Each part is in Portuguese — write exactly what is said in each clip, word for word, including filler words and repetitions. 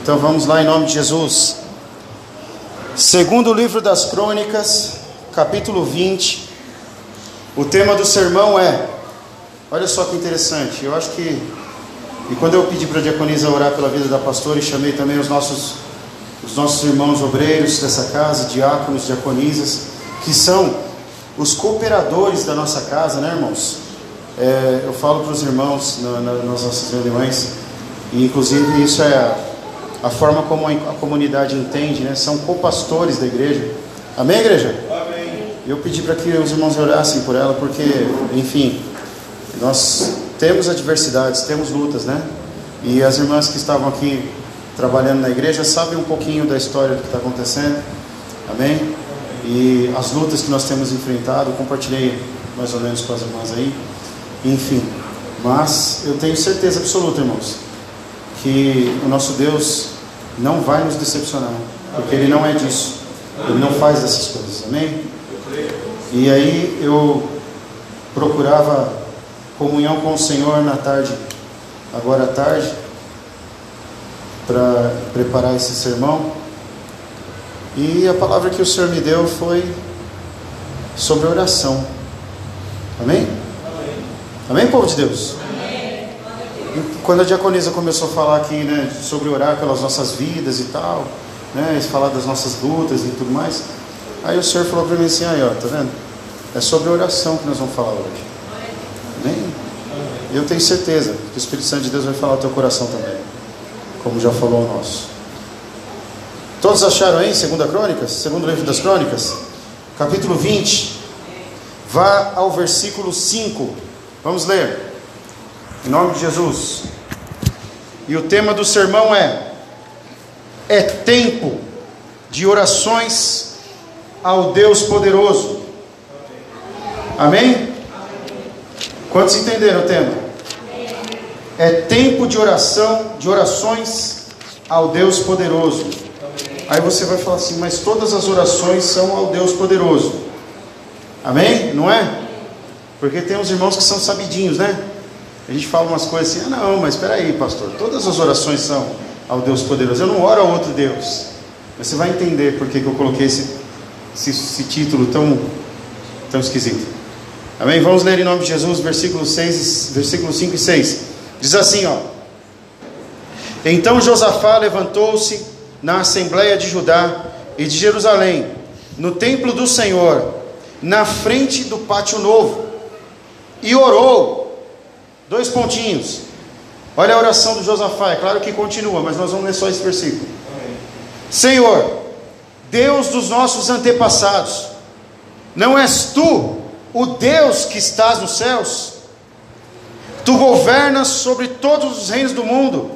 Então vamos lá em nome de Jesus. Segundo livro das Crônicas, capítulo vinte. O tema do sermão é, olha só que interessante, eu acho que, e quando eu pedi para a diaconisa orar pela vida da pastora, e chamei também os nossos, os nossos irmãos obreiros dessa casa, diáconos, diaconisas, que são os cooperadores da nossa casa, né, irmãos? É, eu falo para os irmãos na, na, nas nossas reuniões, e inclusive isso é a, a forma como a, a comunidade entende, né? São copastores da igreja. Amém, igreja? Amém. Eu pedi para que os irmãos orassem por ela, porque, enfim, nós temos adversidades, temos lutas, né? E as irmãs que estavam aqui trabalhando na igreja sabem um pouquinho da história do que está acontecendo. Amém? E as lutas que nós temos enfrentado, compartilhei mais ou menos com as irmãs aí. Enfim, mas eu tenho certeza absoluta, irmãos, que o nosso Deus não vai nos decepcionar, porque Ele não é disso, Ele não faz dessas coisas, amém? E aí eu procurava comunhão com o Senhor na tarde, agora à tarde, para preparar esse sermão, e a palavra que o Senhor me deu foi sobre oração, amém? Amém, povo de Deus? Amém. Quando a diaconisa começou a falar aqui, né, sobre orar pelas nossas vidas e tal, né, falar das nossas lutas e tudo mais, aí o Senhor falou para mim assim, aí ó, tá vendo? É sobre oração que nós vamos falar hoje. Amém? Eu tenho certeza que o Espírito Santo de Deus vai falar ao teu coração também, como já falou o nosso. Todos acharam aí, segunda Crônicas, segundo livro das Crônicas, capítulo vinte, vá ao versículo cinco. Vamos ler, em nome de Jesus. E o tema do sermão é: é tempo de orações ao Deus poderoso. Amém? Quantos entenderam o tema? É tempo de oração, de orações ao Deus poderoso. Aí você vai falar assim, mas todas as orações são ao Deus poderoso. Amém? Não é? Porque tem uns irmãos que são sabidinhos, né? A gente fala umas coisas assim, ah não, mas espera aí, pastor, todas as orações são ao Deus poderoso. Eu não oro a outro Deus. Mas você vai entender por que eu coloquei esse, esse, esse título tão, tão esquisito. Amém? Vamos ler em nome de Jesus, versículos seis, versículos cinco e seis. Diz assim, ó: Então Josafá levantou-se na assembleia de Judá e de Jerusalém, no templo do Senhor, na frente do pátio novo, e orou. Dois pontinhos. Olha a oração do Josafá. É claro que continua, mas nós vamos ler só esse versículo. Amém. Senhor, Deus dos nossos antepassados, não és tu o Deus que estás nos céus? Tu governas sobre todos os reinos do mundo.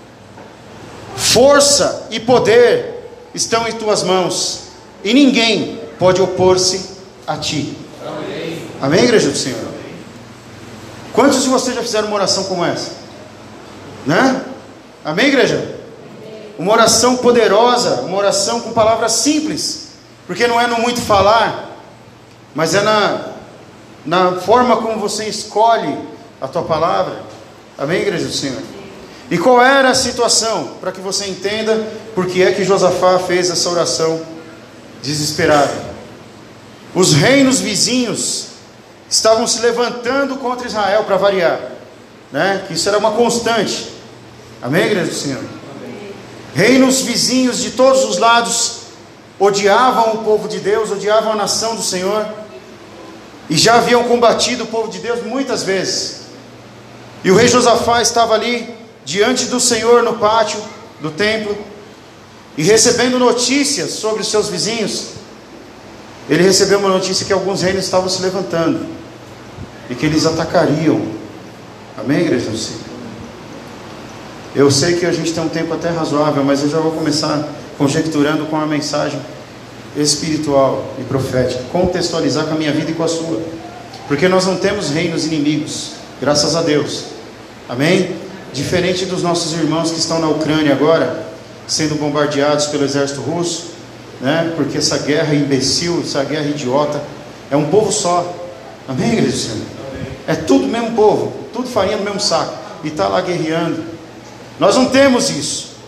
Força e poder estão em tuas mãos, e ninguém pode opor-se a ti. Amém, Amém, igreja do Senhor? Quantos de vocês já fizeram uma oração como essa? Né? Amém, igreja? Uma oração poderosa, uma oração com palavras simples, porque não é no muito falar, mas é na, na forma como você escolhe a tua palavra. Amém, igreja do Senhor? E qual era a situação? Para que você entenda por que é que Josafá fez essa oração desesperada. Os reinos vizinhos estavam se levantando contra Israel, para variar, né? Que isso era uma constante. Amém, igreja do Senhor? Amém. Reinos vizinhos de todos os lados odiavam o povo de Deus, odiavam a nação do Senhor, e já haviam combatido o povo de Deus muitas vezes. E o rei Josafá estava ali diante do Senhor no pátio do templo, e recebendo notícias sobre os seus vizinhos. Ele recebeu uma notícia que alguns reinos estavam se levantando e que eles atacariam. Amém, igreja do Senhor? Eu sei que a gente tem um tempo até razoável, mas eu já vou começar conjecturando com a mensagem espiritual e profética, contextualizar com a minha vida e com a sua, porque nós não temos reinos inimigos, graças a Deus. Amém? Diferente dos nossos irmãos que estão na Ucrânia agora, sendo bombardeados pelo exército russo, né? Porque essa guerra imbecil, essa guerra idiota, é um povo só. Amém, igreja do Senhor? Amém. É tudo o mesmo povo, tudo farinha do mesmo saco, e está lá guerreando. Nós não temos isso.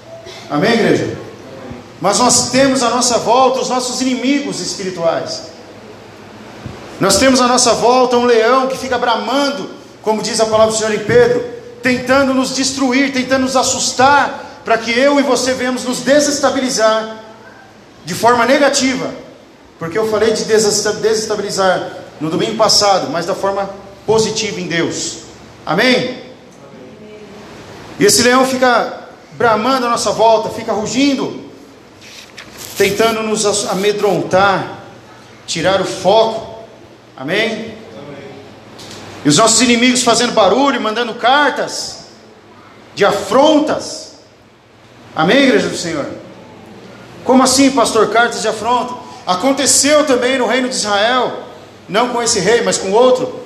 Amém, igreja? Mas nós temos à nossa volta os nossos inimigos espirituais. Nós temos à nossa volta um leão que fica bramando, como diz a palavra do Senhor em Pedro, tentando nos destruir, tentando nos assustar, para que eu e você venhamos nos desestabilizar de forma negativa. Porque eu falei de desestabilizar no domingo passado, mas da forma positiva em Deus. Amém? E esse leão fica bramando à nossa volta, fica rugindo, tentando nos amedrontar, tirar o foco. Amém? Amém? E os nossos inimigos fazendo barulho, mandando cartas de afrontas. Amém, igreja do Senhor? Como assim, pastor? Cartas de afronta? Aconteceu também no reino de Israel, não com esse rei, mas com outro,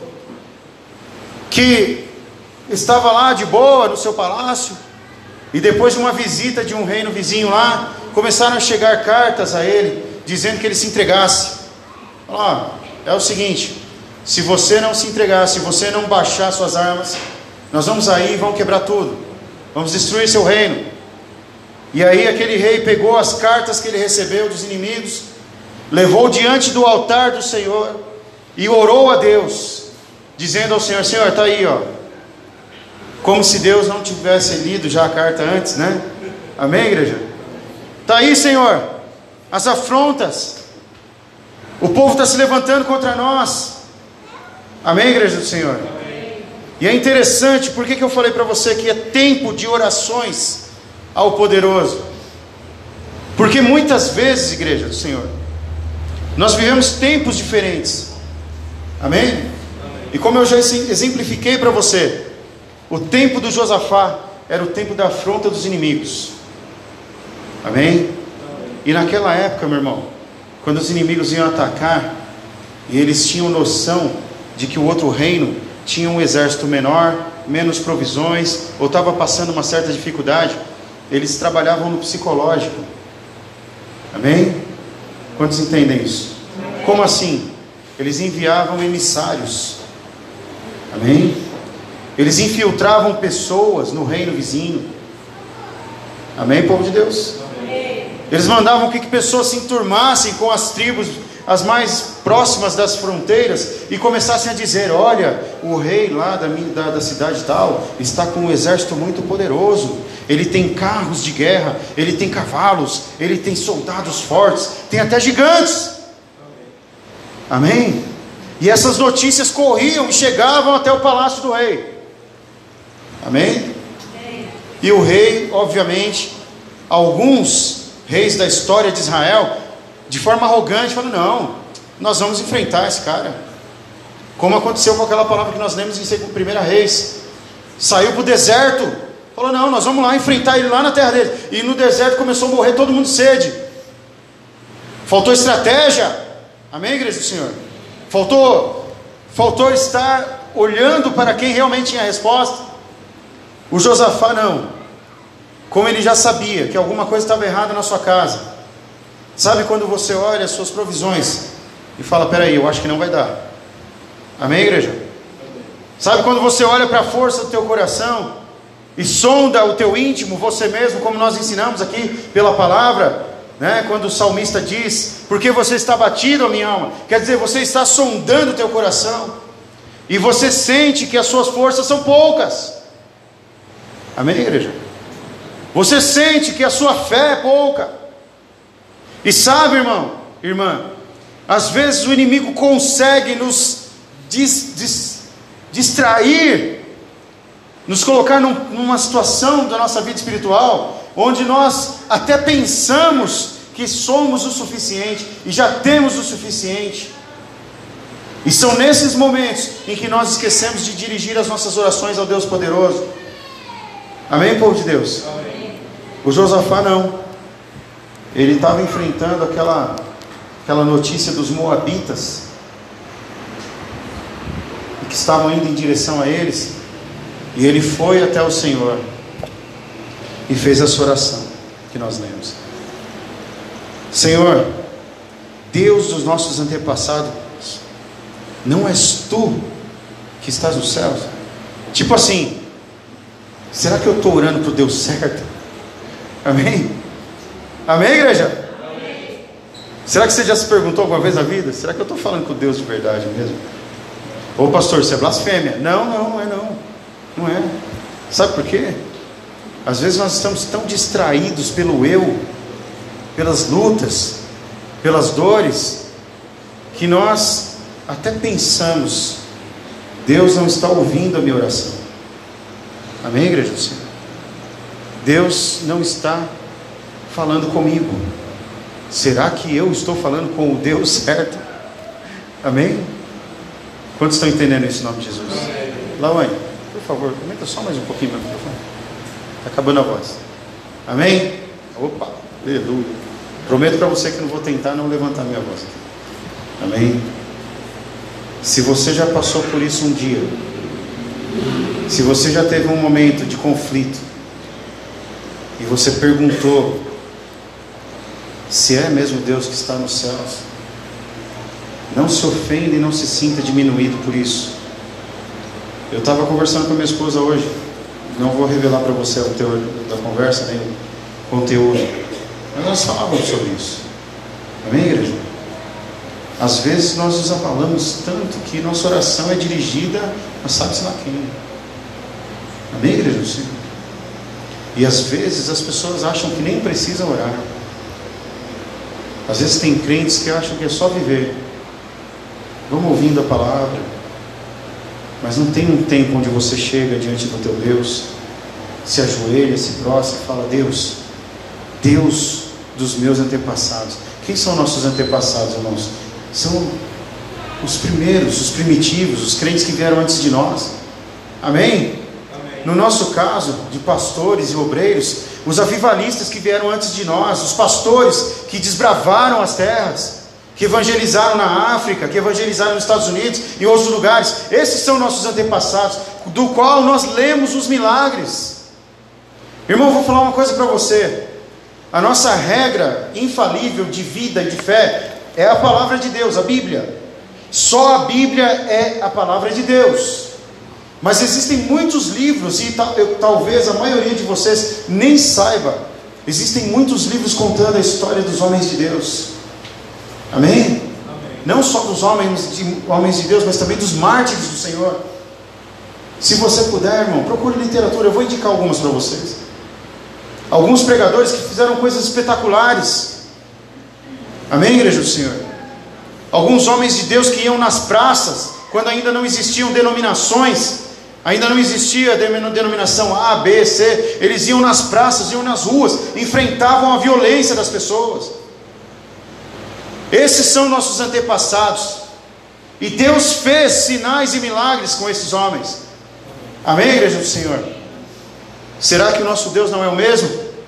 que estava lá de boa no seu palácio, e depois de uma visita de um reino vizinho lá, começaram a chegar cartas a ele, dizendo que ele se entregasse. Ó, é o seguinte, se você não se entregar, se você não baixar suas armas, nós vamos aí e vamos quebrar tudo, vamos destruir seu reino. E aí aquele rei pegou as cartas que ele recebeu dos inimigos, levou diante do altar do Senhor e orou a Deus, dizendo ao Senhor: Senhor, está aí, ó. Como se Deus não tivesse lido já a carta antes, né? Amém, igreja? Está aí, Senhor, as afrontas, o povo está se levantando contra nós. Amém, igreja do Senhor? Amém. E é interessante, por que que eu falei para você que é tempo de orações ao poderoso? Porque muitas vezes, igreja do Senhor, nós vivemos tempos diferentes. Amém? Amém. E como eu já exemplifiquei para você, o tempo do Josafá era o tempo da afronta dos inimigos. Amém? Amém? E naquela época, meu irmão, quando os inimigos iam atacar, e eles tinham noção de que o outro reino tinha um exército menor, menos provisões, ou estava passando uma certa dificuldade, eles trabalhavam no psicológico. Amém? Quantos entendem isso? Amém. Como assim? Eles enviavam emissários. Amém? Eles infiltravam pessoas no reino vizinho. Amém, povo de Deus? Amém. Eles mandavam que pessoas se enturmassem com as tribos as mais próximas das fronteiras e começassem a dizer: olha, o rei lá da, da, da cidade tal está com um exército muito poderoso, ele tem carros de guerra, ele tem cavalos, ele tem soldados fortes, tem até gigantes. Amém? E essas notícias corriam e chegavam até o palácio do rei. Amém? Amém? E o rei, obviamente, alguns reis da história de Israel, de forma arrogante, falam: não, nós vamos enfrentar esse cara. Como aconteceu com aquela palavra que nós lemos em primeira Reis. Saiu para o deserto, falou: não, nós vamos lá enfrentar ele lá na terra dele. E no deserto começou a morrer todo mundo de sede. Faltou estratégia. Amém, igreja do Senhor? Faltou, faltou estar olhando para quem realmente tinha a resposta. O Josafá não. Como ele já sabia que alguma coisa estava errada na sua casa. Sabe quando você olha as suas provisões e fala: peraí, eu acho que não vai dar. Amém, igreja? Sabe quando você olha para a força do teu coração e sonda o teu íntimo, você mesmo, como nós ensinamos aqui pela palavra, né? Quando o salmista diz: porque você está batido, a minha alma, quer dizer, você está sondando o teu coração e você sente que as suas forças são poucas. Amém, igreja? Você sente que a sua fé é pouca. E sabe, irmão, irmã, às vezes o inimigo consegue nos dis, dis, distrair, nos colocar num, numa situação da nossa vida espiritual, onde nós até pensamos que somos o suficiente, e já temos o suficiente, e são nesses momentos em que nós esquecemos de dirigir as nossas orações ao Deus poderoso. Amém, povo de Deus? Amém. O Josafá não. Ele estava enfrentando aquela, aquela notícia dos moabitas, que estavam indo em direção a eles, e ele foi até o Senhor e fez essa oração que nós lemos: Senhor, Deus dos nossos antepassados, não és tu que estás nos céus? Tipo assim, será que eu estou orando para o Deus certo? Amém? Amém, igreja? Amém. Será que você já se perguntou alguma vez na vida? Será que eu estou falando com Deus de verdade mesmo? Ô pastor, isso é blasfêmia? Não, não, não é não. Não é. Sabe por quê? Às vezes nós estamos tão distraídos pelo eu, pelas lutas, pelas dores, que nós até pensamos: Deus não está ouvindo a minha oração. Amém, igreja do Senhor? Deus não está falando comigo. Será que eu estou falando com o Deus certo? Amém? Quantos estão entendendo isso em nome de Jesus? Lawane, por favor, comenta só mais um pouquinho meu microfone. Está acabando a voz. Amém? Opa, aleluia. Prometo para você que não vou tentar não levantar minha voz aqui. Amém? Se você já passou por isso um dia, se você já teve um momento de conflito, e você perguntou se é mesmo Deus que está nos céus, não se ofenda e não se sinta diminuído por isso. Eu estava conversando com a minha esposa hoje. Não vou revelar para você o teor da conversa, nem o conteúdo, mas nós falávamos sobre isso. Amém, igreja? Às vezes nós nos abalamos tanto que nossa oração é dirigida a sabe-se lá quem. Amém, igreja do Senhor? E às vezes as pessoas acham que nem precisam orar. Às vezes tem crentes que acham que é só viver. Vamos ouvindo a palavra, mas não tem um tempo onde você chega diante do teu Deus, se ajoelha, se prostra e fala: Deus, Deus dos meus antepassados. Quem são nossos antepassados, irmãos? São os primeiros, os primitivos, os crentes que vieram antes de nós. Amém? No nosso caso, de pastores e obreiros, os avivalistas que vieram antes de nós, os pastores que desbravaram as terras, que evangelizaram na África, que evangelizaram nos Estados Unidos e em outros lugares. Esses são nossos antepassados, do qual nós lemos os milagres. Irmão, eu vou falar uma coisa para você. A nossa regra infalível de vida e de fé é a palavra de Deus, a Bíblia. Só a Bíblia é a palavra de Deus. Mas existem muitos livros, e tal, eu, talvez a maioria de vocês nem saiba, existem muitos livros contando a história dos homens de Deus. Amém? Amém. Não só dos homens de, homens de Deus, mas também dos mártires do Senhor. Se você puder, irmão, procure literatura. Eu vou indicar algumas para vocês. Alguns pregadores que fizeram coisas espetaculares. Amém, igreja do Senhor? Alguns homens de Deus que iam nas praças, quando ainda não existiam denominações, ainda não existia denominação A, B, C. Eles iam nas praças, iam nas ruas, enfrentavam a violência das pessoas. Esses são nossos antepassados. E Deus fez sinais e milagres com esses homens. Amém, igreja do Senhor? Será que o nosso Deus não é o mesmo?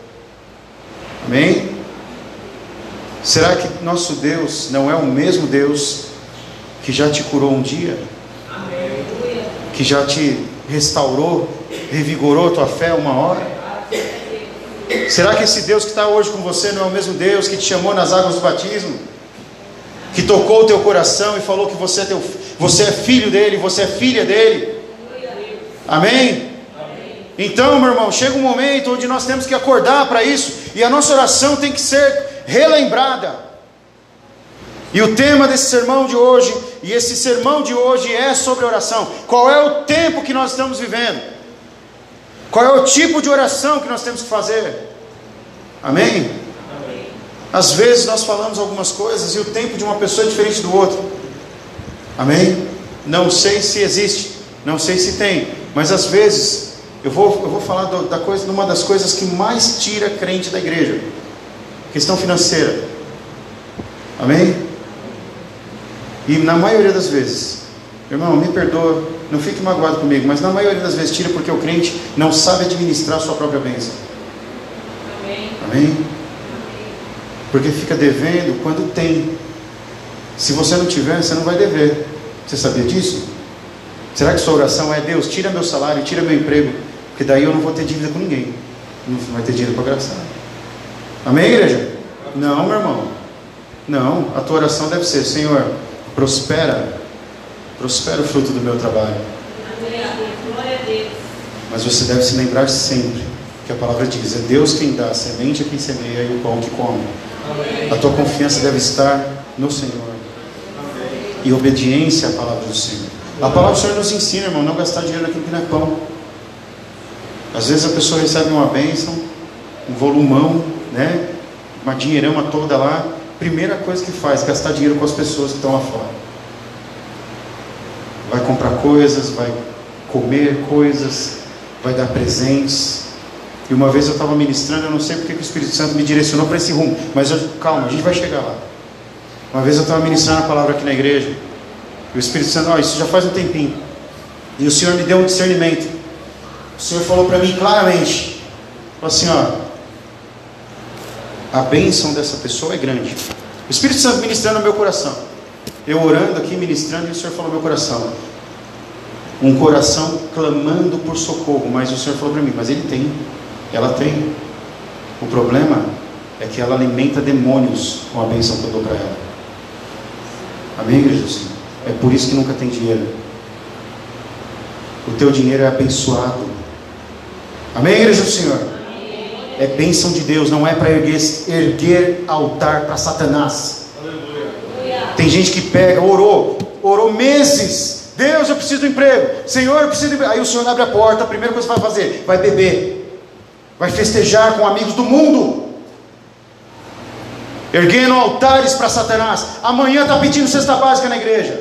Amém? Será que nosso Deus não é o mesmo Deus que já te curou um dia? Amém. Que já te restaurou, revigorou tua fé uma hora? Será que esse Deus que está hoje com você não é o mesmo Deus que te chamou nas águas do batismo? Que tocou o teu coração e falou que você é, teu, você é filho dele, você é filha dele? Amém? Então, meu irmão, chega um momento onde nós temos que acordar para isso, e a nossa oração tem que ser relembrada. E o tema desse sermão de hoje, e esse sermão de hoje é sobre oração. Qual é o tempo que nós estamos vivendo? Qual é o tipo de oração que nós temos que fazer? Amém? Amém. Às vezes nós falamos algumas coisas e o tempo de uma pessoa é diferente do outro. Amém? Não sei se existe, não sei se tem, mas às vezes eu vou, eu vou falar do, da coisa, de uma das coisas que mais tira crente da igreja: questão financeira. Amém? E na maioria das vezes, irmão, me perdoa, não fique magoado comigo, mas na maioria das vezes tira porque o crente não sabe administrar a sua própria bênção. Amém? Amém? Porque fica devendo quando tem. Se você não tiver, você não vai dever. Você sabia disso? Será que sua oração é: Deus, tira meu salário, tira meu emprego, porque daí eu não vou ter dívida com ninguém, não vai ter dinheiro para gastar? Amém, igreja? Não, meu irmão. Não, a tua oração deve ser: Senhor, prospera, prospera o fruto do meu trabalho. Mas você deve se lembrar sempre Que a palavra diz, é Deus quem dá a semente, é quem semeia e o pão que come. Amém. A tua confiança deve estar no Senhor. Amém. E obediência à palavra do Senhor. A palavra do Senhor nos ensina, irmão, não gastar dinheiro naquilo que não é pão. Às vezes a pessoa recebe uma bênção, um volumão, né? Uma dinheirama toda lá. Primeira coisa que faz, gastar dinheiro com as pessoas que estão lá fora. Vai comprar coisas, vai comer coisas, vai dar presentes. E uma vez eu estava ministrando, eu não sei porque que o Espírito Santo me direcionou para esse rumo, mas eu, calma, a gente vai chegar lá. Uma vez eu estava ministrando a palavra aqui na igreja, e o Espírito Santo, ó, isso já faz um tempinho, e o Senhor me deu um discernimento. O Senhor falou para mim claramente, falou assim, ó, a bênção dessa pessoa é grande. O Espírito Santo ministrando no meu coração, eu orando aqui, ministrando, e o Senhor falou no meu coração, um coração clamando por socorro. Mas o Senhor falou para mim, mas ele tem, ela tem. O problema é que ela alimenta demônios com a bênção que eu dou para ela. Amém, igreja? É por isso que nunca tem dinheiro. O teu dinheiro é abençoado. Amém, igreja do Senhor? É bênção de Deus, não é para erguer, erguer altar para Satanás. Tem gente que pega, orou, orou meses. Deus, eu preciso de um emprego. Senhor, eu preciso de emprego. Aí o Senhor abre a porta, a primeira coisa que vai fazer, vai beber, vai festejar com amigos do mundo, erguendo altares para Satanás. Amanhã está pedindo cesta básica na igreja.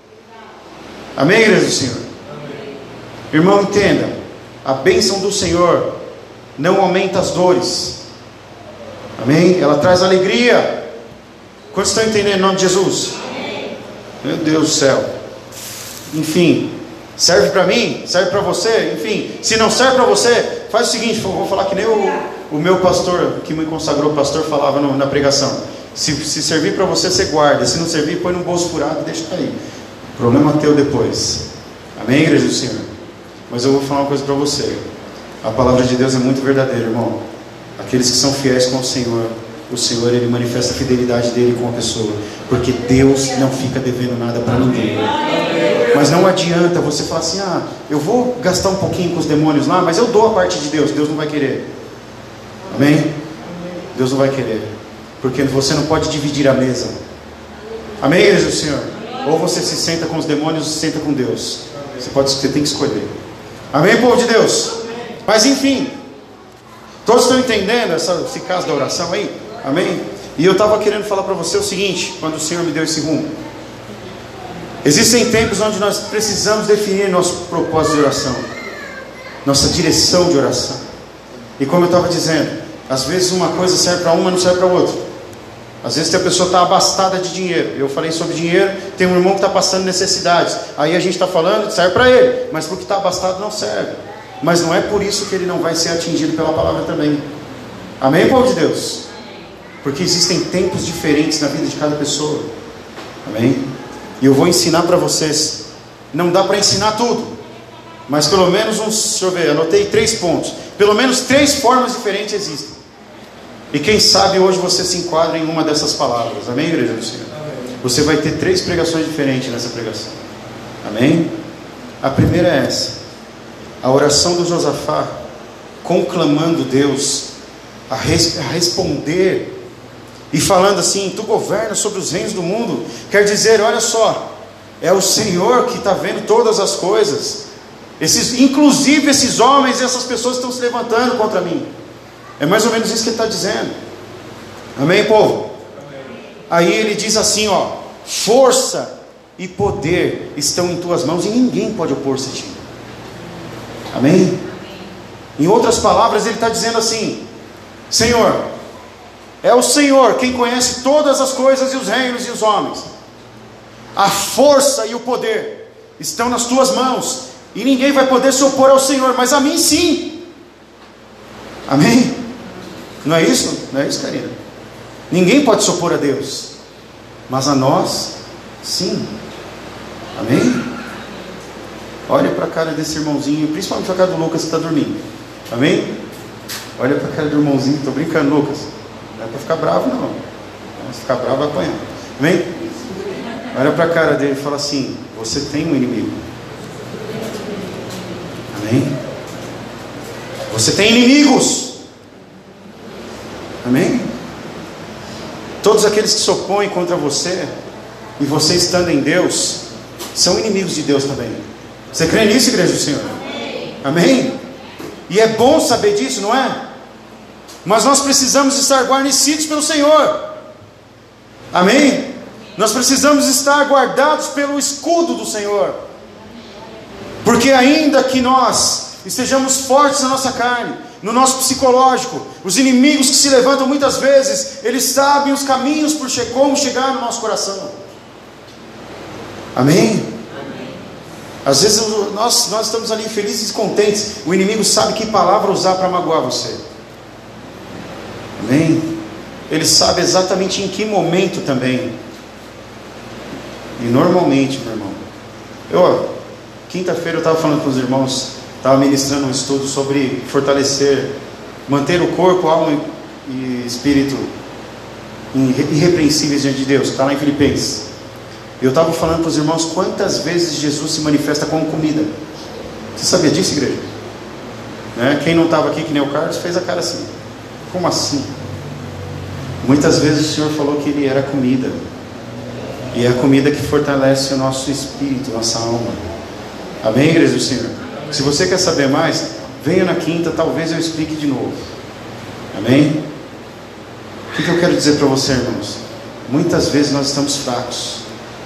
Amém, igreja do Senhor? Amém. Irmão, entenda, a bênção do Senhor não aumenta as dores. Amém? Ela traz alegria. Quantos estão entendendo em nome de Jesus? Amém. Meu Deus do céu. Enfim, serve para mim, serve para você. Enfim, se não serve para você, faz o seguinte, vou falar que nem o, o meu pastor, que me consagrou pastor, falava no, na pregação. Se, se servir para você, você guarda. Se não servir, põe no bolso furado e deixa cair. Problema teu depois. Amém, igreja do Senhor? Mas eu vou falar uma coisa para você. A palavra de Deus é muito verdadeira, irmão. Aqueles que são fiéis com o Senhor, o Senhor, Ele manifesta a fidelidade dele com a pessoa, porque Deus não fica devendo nada para ninguém. Mas não adianta você falar assim, ah, eu vou gastar um pouquinho com os demônios lá, mas eu dou a parte de Deus. Deus não vai querer. Amém? Deus não vai querer, porque você não pode dividir a mesa. Amém, igreja do Senhor? Ou você se senta com os demônios, ou se senta com Deus. Você, pode, você tem que escolher. Amém, povo de Deus? Mas enfim, todos estão entendendo essa, esse caso da oração aí? Amém? E eu estava querendo falar para você o seguinte, quando o Senhor me deu esse rumo. Existem tempos onde nós precisamos definir nosso propósito de oração, nossa direção de oração. E como eu estava dizendo, às vezes uma coisa serve para uma, não serve para outra. Às vezes a pessoa está abastada de dinheiro. Eu falei sobre dinheiro, tem um irmão que está passando necessidades. Aí a gente está falando, serve para ele, mas porque está abastado não serve. Mas não é por isso que ele não vai ser atingido pela palavra também. Amém, povo de Deus? Porque existem tempos diferentes na vida de cada pessoa. Amém? E eu vou ensinar para vocês. Não dá para ensinar tudo, mas pelo menos uns, deixa eu ver, anotei três pontos. Pelo menos três formas diferentes existem. E quem sabe hoje você se enquadra em uma dessas palavras. Amém, igreja do Senhor? Amém. Você vai ter três pregações diferentes nessa pregação. Amém? A primeira é essa. A oração do Josafá, conclamando Deus a, res, a responder e falando assim, tu governas sobre os reinos do mundo. Quer dizer, olha só, é o Senhor que está vendo todas as coisas. Esses, inclusive esses homens e essas pessoas estão se levantando contra mim. É mais ou menos isso que ele está dizendo. Amém, povo? Amém. Aí ele diz assim, ó, força e poder estão em tuas mãos e ninguém pode opor-se a ti. Amém? Amém? Em outras palavras, ele está dizendo assim, Senhor, é o Senhor quem conhece todas as coisas e os reinos e os homens. A força e o poder estão nas tuas mãos e ninguém vai poder se opor ao Senhor, mas a mim sim. Amém? Não é isso? Não é isso, Karina? Ninguém pode se opor a Deus, mas a nós sim. Amém? Olha para a cara desse irmãozinho, principalmente para a cara do Lucas que está dormindo. Amém? Olha para a cara do irmãozinho, estou brincando, Lucas. Não é para ficar bravo não. Se ficar bravo vai apanhar. Amém? Olha para a cara dele e fala assim, você tem um inimigo. Amém? Você tem inimigos. Amém? Todos aqueles que se opõem contra você, e você estando em Deus, são inimigos de Deus também. Você crê nisso, igreja do Senhor? Amém? E é bom saber disso, não é? Mas nós precisamos estar guarnecidos pelo Senhor. Amém? Nós precisamos estar guardados pelo escudo do Senhor. Porque ainda que nós estejamos fortes na nossa carne, no nosso psicológico, os inimigos que se levantam muitas vezes, eles sabem os caminhos por che- como chegar no nosso coração. Amém? Amém. Às vezes nós, nós estamos ali felizes e contentes, o inimigo sabe que palavra usar para magoar você. Amém? Ele sabe exatamente em que momento também. E normalmente, meu irmão, eu, quinta-feira eu estava falando com os irmãos, estava ministrando um estudo sobre fortalecer, manter o corpo, alma e espírito irrepreensíveis diante de Deus. Está lá em Filipenses. Eu estava falando para os irmãos quantas vezes Jesus se manifesta como comida. Você sabia disso, igreja? Né? Quem não estava aqui, que nem o Carlos, fez a cara assim. Como assim? Muitas vezes o Senhor falou que Ele era comida. E é a comida que fortalece o nosso espírito, nossa alma. Amém, igreja do Senhor? Se você quer saber mais, venha na quinta, talvez eu explique de novo. Amém? O que, que eu quero dizer para você, irmãos? Muitas vezes nós estamos fracos.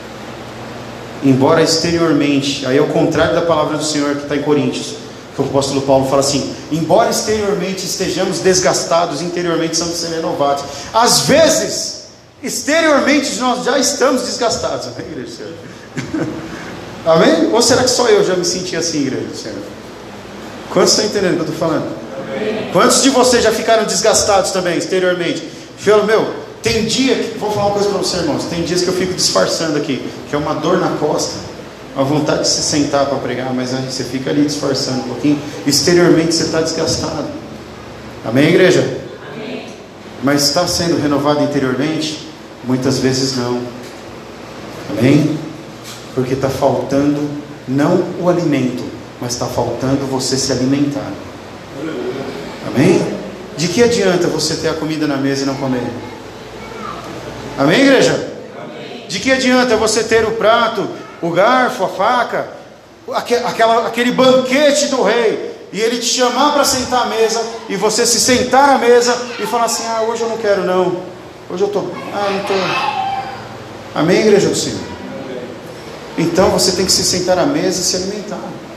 Embora exteriormente, aí é o contrário da palavra do Senhor que está em Coríntios, que o apóstolo Paulo fala assim: embora exteriormente estejamos desgastados, interiormente estamos sendo renovados. Às vezes, exteriormente nós já estamos desgastados. Amém, igreja do Senhor? Amém? Ou será que só eu já me senti assim, igreja do Senhor? Quantos estão entendendo o que eu estou falando? Amém. Quantos de vocês já ficaram desgastados também, exteriormente? Falo, meu, tem dia que, vou falar uma coisa para você, irmãos, tem dias que eu fico disfarçando aqui, que é uma dor na costa, a vontade de se sentar para pregar, mas aí você fica ali disfarçando um pouquinho, exteriormente você está desgastado. Amém, igreja? Amém. Mas está sendo renovado interiormente? Muitas vezes não. Amém? Porque está faltando não o alimento, mas está faltando você se alimentar. Amém? De que adianta você ter a comida na mesa e não comer? Amém, igreja? Amém. De que adianta você ter o prato, o garfo, a faca, aquela, aquele banquete do rei, e ele te chamar para sentar à mesa, e você se sentar à mesa e falar assim: ah, hoje eu não quero não, hoje eu estou, ah, não estou. Amém, igreja do Senhor? Então você tem que se sentar à mesa e se alimentar.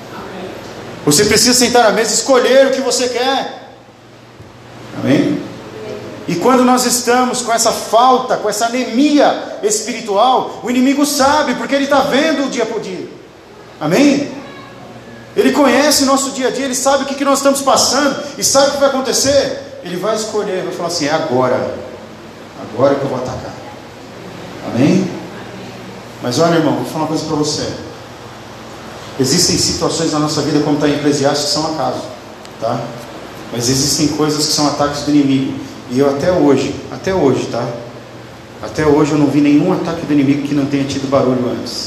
Você precisa sentar à mesa e escolher o que você quer. Amém? E quando nós estamos com essa falta, com essa anemia espiritual, o inimigo sabe, porque ele está vendo o dia por dia. Amém? Ele conhece o nosso dia a dia, ele sabe o que, que nós estamos passando, e sabe o que vai acontecer. Ele vai escolher, vai falar assim: é agora, agora que eu vou atacar. Amém? Mas olha, irmão, vou falar uma coisa para você. Existem situações na nossa vida, como está em Eclesiastes, que são acaso, tá? Mas existem coisas que são ataques do inimigo. E eu até hoje, até hoje, tá? Até hoje eu não vi nenhum ataque do inimigo que não tenha tido barulho antes.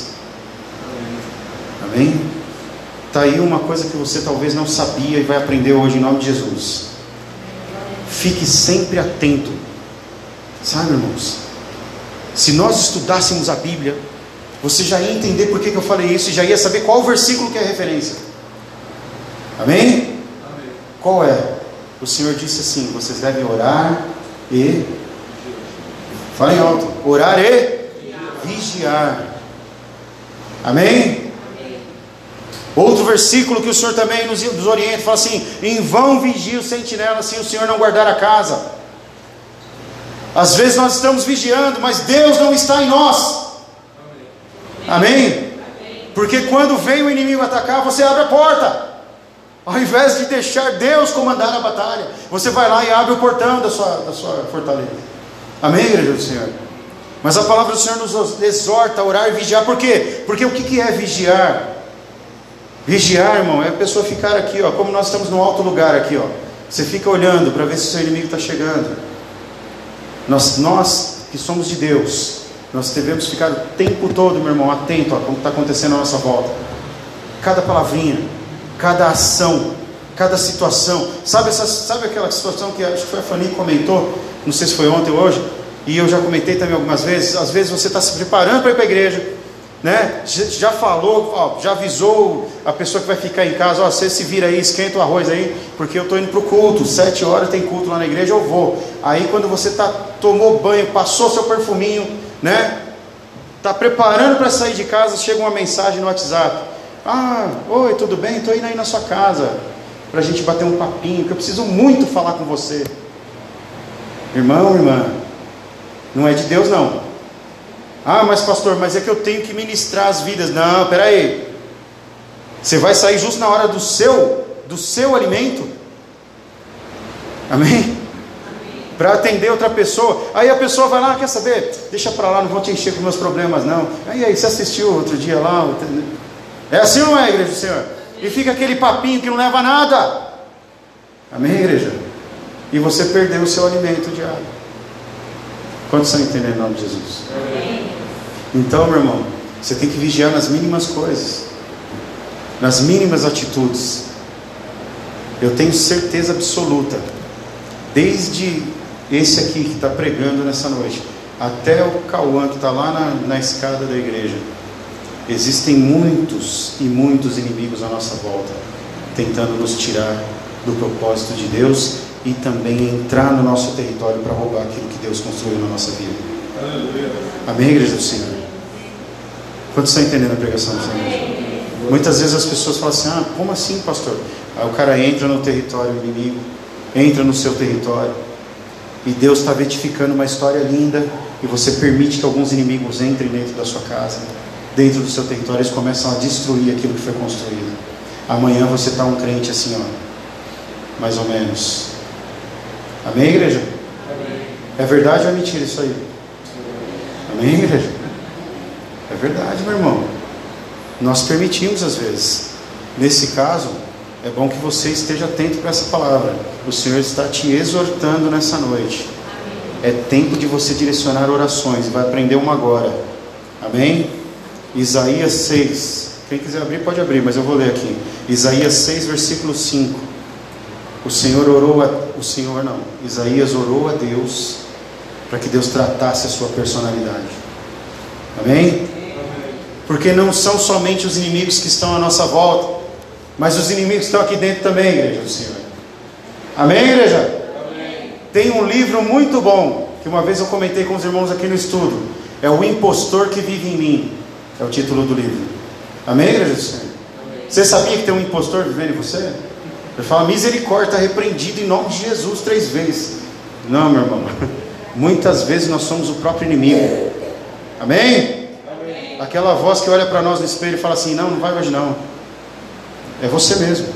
Amém? Está aí uma coisa que você talvez não sabia e vai aprender hoje em nome de Jesus. Fique sempre atento. Sabe, irmãos? Se nós estudássemos a Bíblia, você já ia entender por que, que eu falei isso, e já ia saber qual o versículo que é referência. Amém? Amém. Qual é? O Senhor disse assim: vocês devem orar e... Falem alto. Orar e vigiar. Amém? Amém? Outro versículo que o Senhor também nos, nos orienta, fala assim: em vão vigia o sentinela, se o Senhor não guardar a casa. Às vezes nós estamos vigiando, mas Deus não está em nós. Amém? Amém? Porque quando vem o inimigo atacar, você abre a porta. Ao invés de deixar Deus comandar a batalha, você vai lá e abre o portão da sua, da sua fortaleza. Amém, igreja do Senhor? Mas a palavra do Senhor nos exorta a orar e vigiar. Por quê? Porque o que, que é vigiar? Vigiar, irmão, é a pessoa ficar aqui, ó, como nós estamos num alto lugar aqui, ó. Você fica olhando para ver se o seu inimigo está chegando. Nós, nós que somos de Deus, nós devemos ficar o tempo todo, meu irmão, atento a como está acontecendo à nossa volta. Cada palavrinha, cada ação, cada situação. Sabe, essa, sabe aquela situação que acho que foi a Fanny que comentou, não sei se foi ontem ou hoje, e eu já comentei também algumas vezes. Às vezes você está se preparando para ir para a igreja, né? Já falou, ó, já avisou a pessoa que vai ficar em casa, ó, você se vira aí, esquenta o arroz aí, porque eu estou indo para o culto, sete horas tem culto lá na igreja, eu vou. Aí quando você tá, tomou banho, passou seu perfuminho, né? Está preparando para sair de casa, chega uma mensagem no WhatsApp: ah, oi, tudo bem? Estou indo aí na sua casa para a gente bater um papinho, que eu preciso muito falar com você. Irmão, irmã, não é de Deus não. Ah, mas pastor, mas é que eu tenho que ministrar as vidas. Não, peraí, você vai sair justo na hora do seu, do seu alimento? Amém? Para atender outra pessoa. Aí a pessoa vai lá, quer saber? Deixa para lá, não vou te encher com meus problemas não. Aí, aí, você assistiu outro dia lá? É assim ou não é, igreja do Senhor? E fica aquele papinho que não leva a nada. Amém, igreja? E você perdeu o seu alimento diário. Quantos estão entendendo em nome de Jesus? Amém. Então, meu irmão, você tem que vigiar nas mínimas coisas, nas mínimas atitudes. Eu tenho certeza absoluta, desde esse aqui que está pregando nessa noite, até o Cauã que está lá na, na escada da igreja, existem muitos e muitos inimigos à nossa volta, tentando nos tirar do propósito de Deus e também entrar no nosso território para roubar aquilo que Deus construiu na nossa vida. Aleluia. Amém, igreja do Senhor? Quantos estão entendendo a pregação dessa noite? Muitas vezes as pessoas falam assim: ah, como assim, pastor? Aí o cara entra no território inimigo, entra no seu território, e Deus está verificando uma história linda, e você permite que alguns inimigos entrem dentro da sua casa, dentro do seu território. Eles começam a destruir aquilo que foi construído. Amanhã você está um crente assim, ó, mais ou menos. Amém, igreja? Amém. É verdade ou é mentira isso aí? Amém, igreja? É verdade, meu irmão. Nós permitimos às vezes. Nesse caso, é bom que você esteja atento para essa palavra. O Senhor está te exortando nessa noite. É tempo de você direcionar orações. Vai aprender uma agora. Amém? Isaías seis. Quem quiser abrir pode abrir, mas eu vou ler aqui. Isaías seis, versículo cinco. O Senhor orou a... O Senhor não. Isaías orou a Deus para que Deus tratasse a sua personalidade. Amém? Porque não são somente os inimigos que estão à nossa volta, mas os inimigos estão aqui dentro também, igreja do Senhor. Amém, igreja? Amém. Tem um livro muito bom, que uma vez eu comentei com os irmãos aqui no estudo. É O Impostor que Vive em Mim. É o título do livro. Amém, igreja do Senhor? Amém. Você sabia que tem um impostor vivendo em você? Ele fala: misericórdia, está repreendido em nome de Jesus três vezes. Não, meu irmão. Muitas vezes nós somos o próprio inimigo. Amém? Aquela voz que olha para nós no espelho e fala assim: não, não vai hoje não. É você mesmo.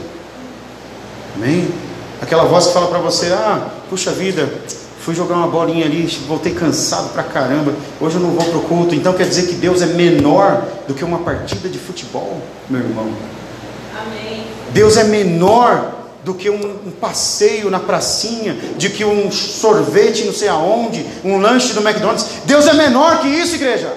Amém? Aquela voz que fala para você: ah, puxa vida, fui jogar uma bolinha ali, voltei cansado pra caramba, hoje eu não vou pro culto. Então quer dizer que Deus é menor do que uma partida de futebol, meu irmão? Amém. Deus é menor do que um, um passeio na pracinha, de que um sorvete não sei aonde, um lanche do McDonald's. Deus é menor que isso, igreja.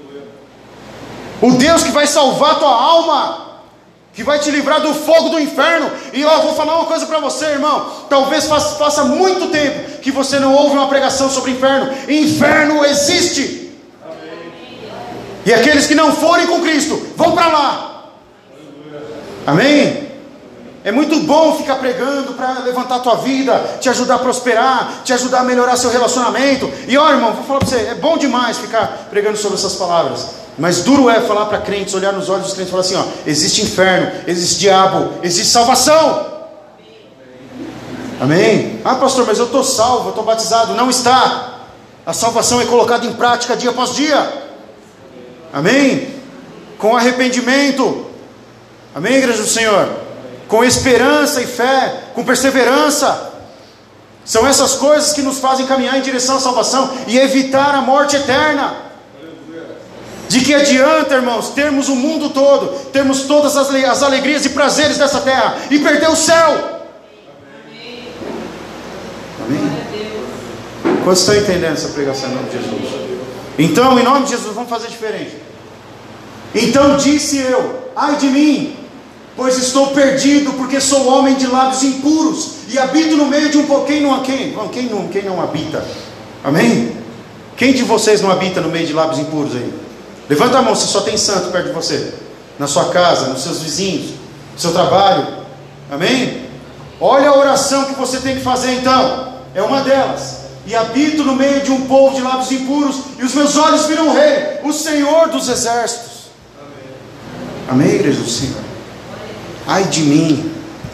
O Deus que vai salvar a tua alma, que vai te livrar do fogo do inferno. E eu vou falar uma coisa para você, irmão. Talvez faça, faça muito tempo que você não ouve uma pregação sobre inferno. Inferno existe. Amém. E aqueles que não forem com Cristo vão para lá. Amém? É muito bom ficar pregando para levantar a tua vida, te ajudar a prosperar, te ajudar a melhorar seu relacionamento. E ó, irmão, vou falar para você, é bom demais ficar pregando sobre essas palavras. Mas duro é falar para crentes, olhar nos olhos dos crentes e falar assim: ó, existe inferno, existe diabo, existe salvação. Amém? Ah, pastor, mas eu estou salvo, eu estou batizado. Não está. A salvação é colocada em prática dia após dia. Amém? Com arrependimento. Amém, igreja do Senhor? Com esperança e fé, com perseverança. São essas coisas que nos fazem caminhar em direção à salvação e evitar a morte eterna. De que adianta, irmãos, termos o mundo todo, termos todas as, as alegrias e prazeres dessa terra e perder o céu? Amém? Amém? Quantos estão entendendo essa pregação em nome de Jesus? Então, em nome de Jesus, vamos fazer diferente. Então disse eu: ai de mim, pois estou perdido, porque sou homem de lábios impuros, e habito no meio de um povo. Quem não, quem, quem não, quem não habita? Amém? Quem de vocês não habita no meio de lábios impuros aí? Levanta a mão se só tem santo perto de você, na sua casa, nos seus vizinhos, no seu trabalho. Amém? Olha a oração que você tem que fazer então, é uma delas. E habito no meio de um povo de lábios impuros, e os meus olhos viram o Rei, o Senhor dos exércitos. Amém, igreja do Senhor? Ai de mim.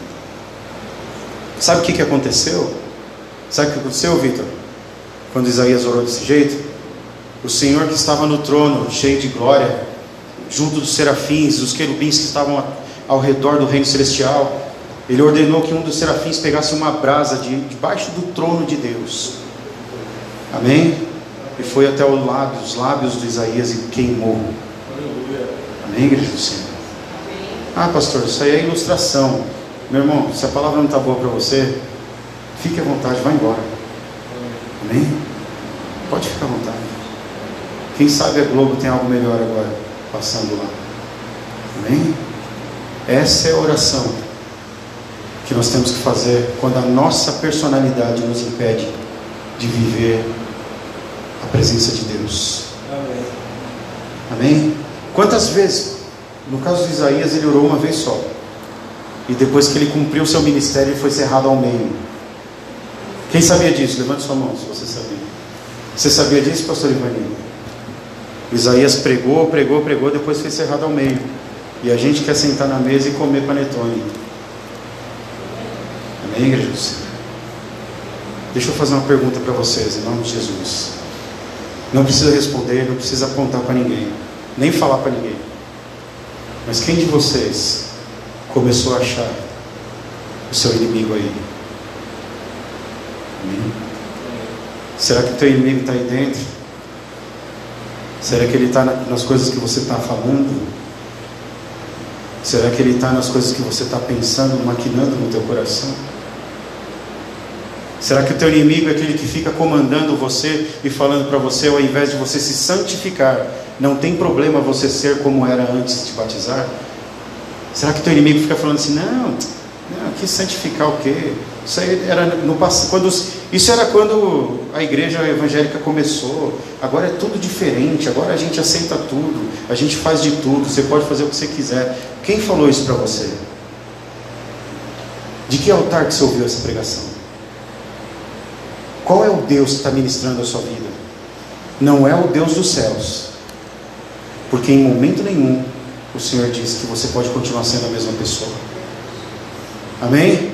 Sabe o que, que aconteceu? Sabe o que aconteceu, Vitor? Quando Isaías orou desse jeito, o Senhor que estava no trono, cheio de glória, junto dos serafins, dos querubins que estavam ao redor do reino celestial, Ele ordenou que um dos serafins pegasse uma brasa de, debaixo do trono de Deus. Amém? E foi até o lábio, os lábios de Isaías e queimou. Amém, igreja do Senhor? Ah, pastor, isso aí é ilustração. Meu irmão, se a palavra não está boa para você, fique à vontade, vá embora. Amém? Pode ficar à vontade. Quem sabe a Globo tem algo melhor agora, passando lá. Amém? Essa é a oração que nós temos que fazer quando a nossa personalidade nos impede de viver a presença de Deus. Amém? Amém? Quantas vezes, no caso de Isaías, ele orou uma vez só, e depois que ele cumpriu o seu ministério, ele foi cerrado ao meio. Quem sabia disso? Levante sua mão se você sabia. Você sabia disso, pastor Ivaninho? Isaías pregou, pregou, pregou, depois foi cerrado ao meio. E a gente quer sentar na mesa e comer panetone. Amém, igreja do Senhor? Deixa eu fazer uma pergunta para vocês, em nome de Jesus. Não precisa responder, não precisa apontar para ninguém, nem falar para ninguém. Mas quem de vocês começou a achar o seu inimigo aí? Amém? Será que o teu inimigo está aí dentro? Será que ele está nas coisas que você está falando? Será que ele está nas coisas que você está pensando, maquinando no teu coração? Será que o teu inimigo é aquele que fica comandando você e falando para você, ao invés de você se santificar, não tem problema você ser como era antes de batizar? Será que o teu inimigo fica falando assim, não, não, que santificar o quê? Isso aí era no passado, quando, isso era quando a igreja evangélica começou. Agora é tudo diferente, agora a gente aceita tudo, a gente faz de tudo, você pode fazer o que você quiser. Quem falou isso para você? De que altar que você ouviu essa pregação? Qual é o Deus que está ministrando a sua vida? Não é o Deus dos céus, porque em momento nenhum o Senhor diz que você pode continuar sendo a mesma pessoa. Amém?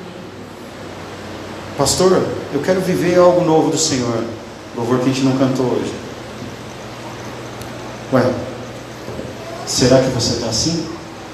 Pastor, eu quero viver algo novo do Senhor. Louvor que a gente não cantou hoje. Ué, será que você está assim?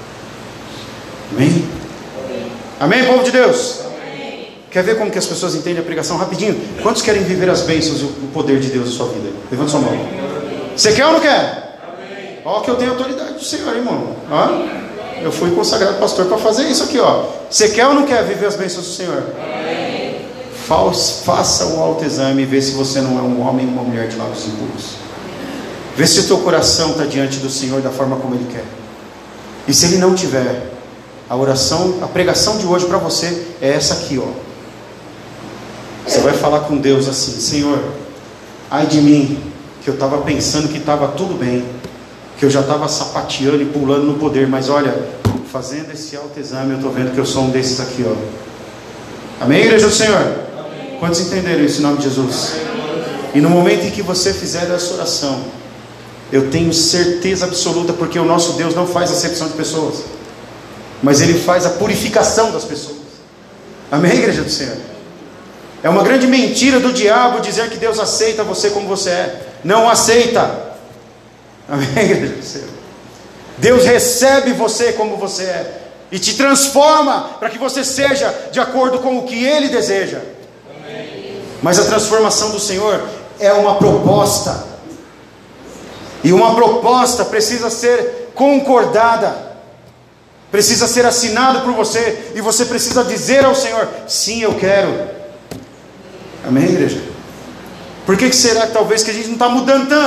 Amém? Amém, povo de Deus? Amém. Quer ver como que as pessoas entendem a pregação? Rapidinho. Quantos querem viver as bênçãos e o poder de Deus na sua vida? Levanta sua mão. Você quer ou não quer? Amém. Ó, que eu tenho autoridade do Senhor, irmão. Ó, eu fui consagrado pastor para fazer isso aqui, ó. Você quer ou não quer viver as bênçãos do Senhor? Amém. Faça o autoexame e vê se você não é um homem ou uma mulher de lábios impuros. Vê se o teu coração está diante do Senhor da forma como Ele quer. E se Ele não tiver, a oração, a pregação de hoje para você é essa aqui, ó. Você vai falar com Deus assim: Senhor, ai de mim, que eu estava pensando que estava tudo bem, que eu já estava sapateando e pulando no poder, mas olha, fazendo esse autoexame eu estou vendo que eu sou um desses aqui, ó. Amém, igreja do Senhor? Amém. Quantos entenderam isso em nome de Jesus? Amém. E no momento em que você fizer essa oração, eu tenho certeza absoluta, porque o nosso Deus não faz acepção de pessoas, mas Ele faz a purificação das pessoas. Amém, igreja do Senhor? É uma grande mentira do diabo dizer que Deus aceita você como você é. Não aceita. Amém, igreja do Senhor? Deus recebe você como você é e te transforma para que você seja de acordo com o que Ele deseja. Amém. Mas a transformação do Senhor é uma proposta, e uma proposta precisa ser concordada, precisa ser assinado por você, e você precisa dizer ao Senhor: sim, eu quero. Amém, igreja? Por que será que talvez que a gente não está mudando tanto?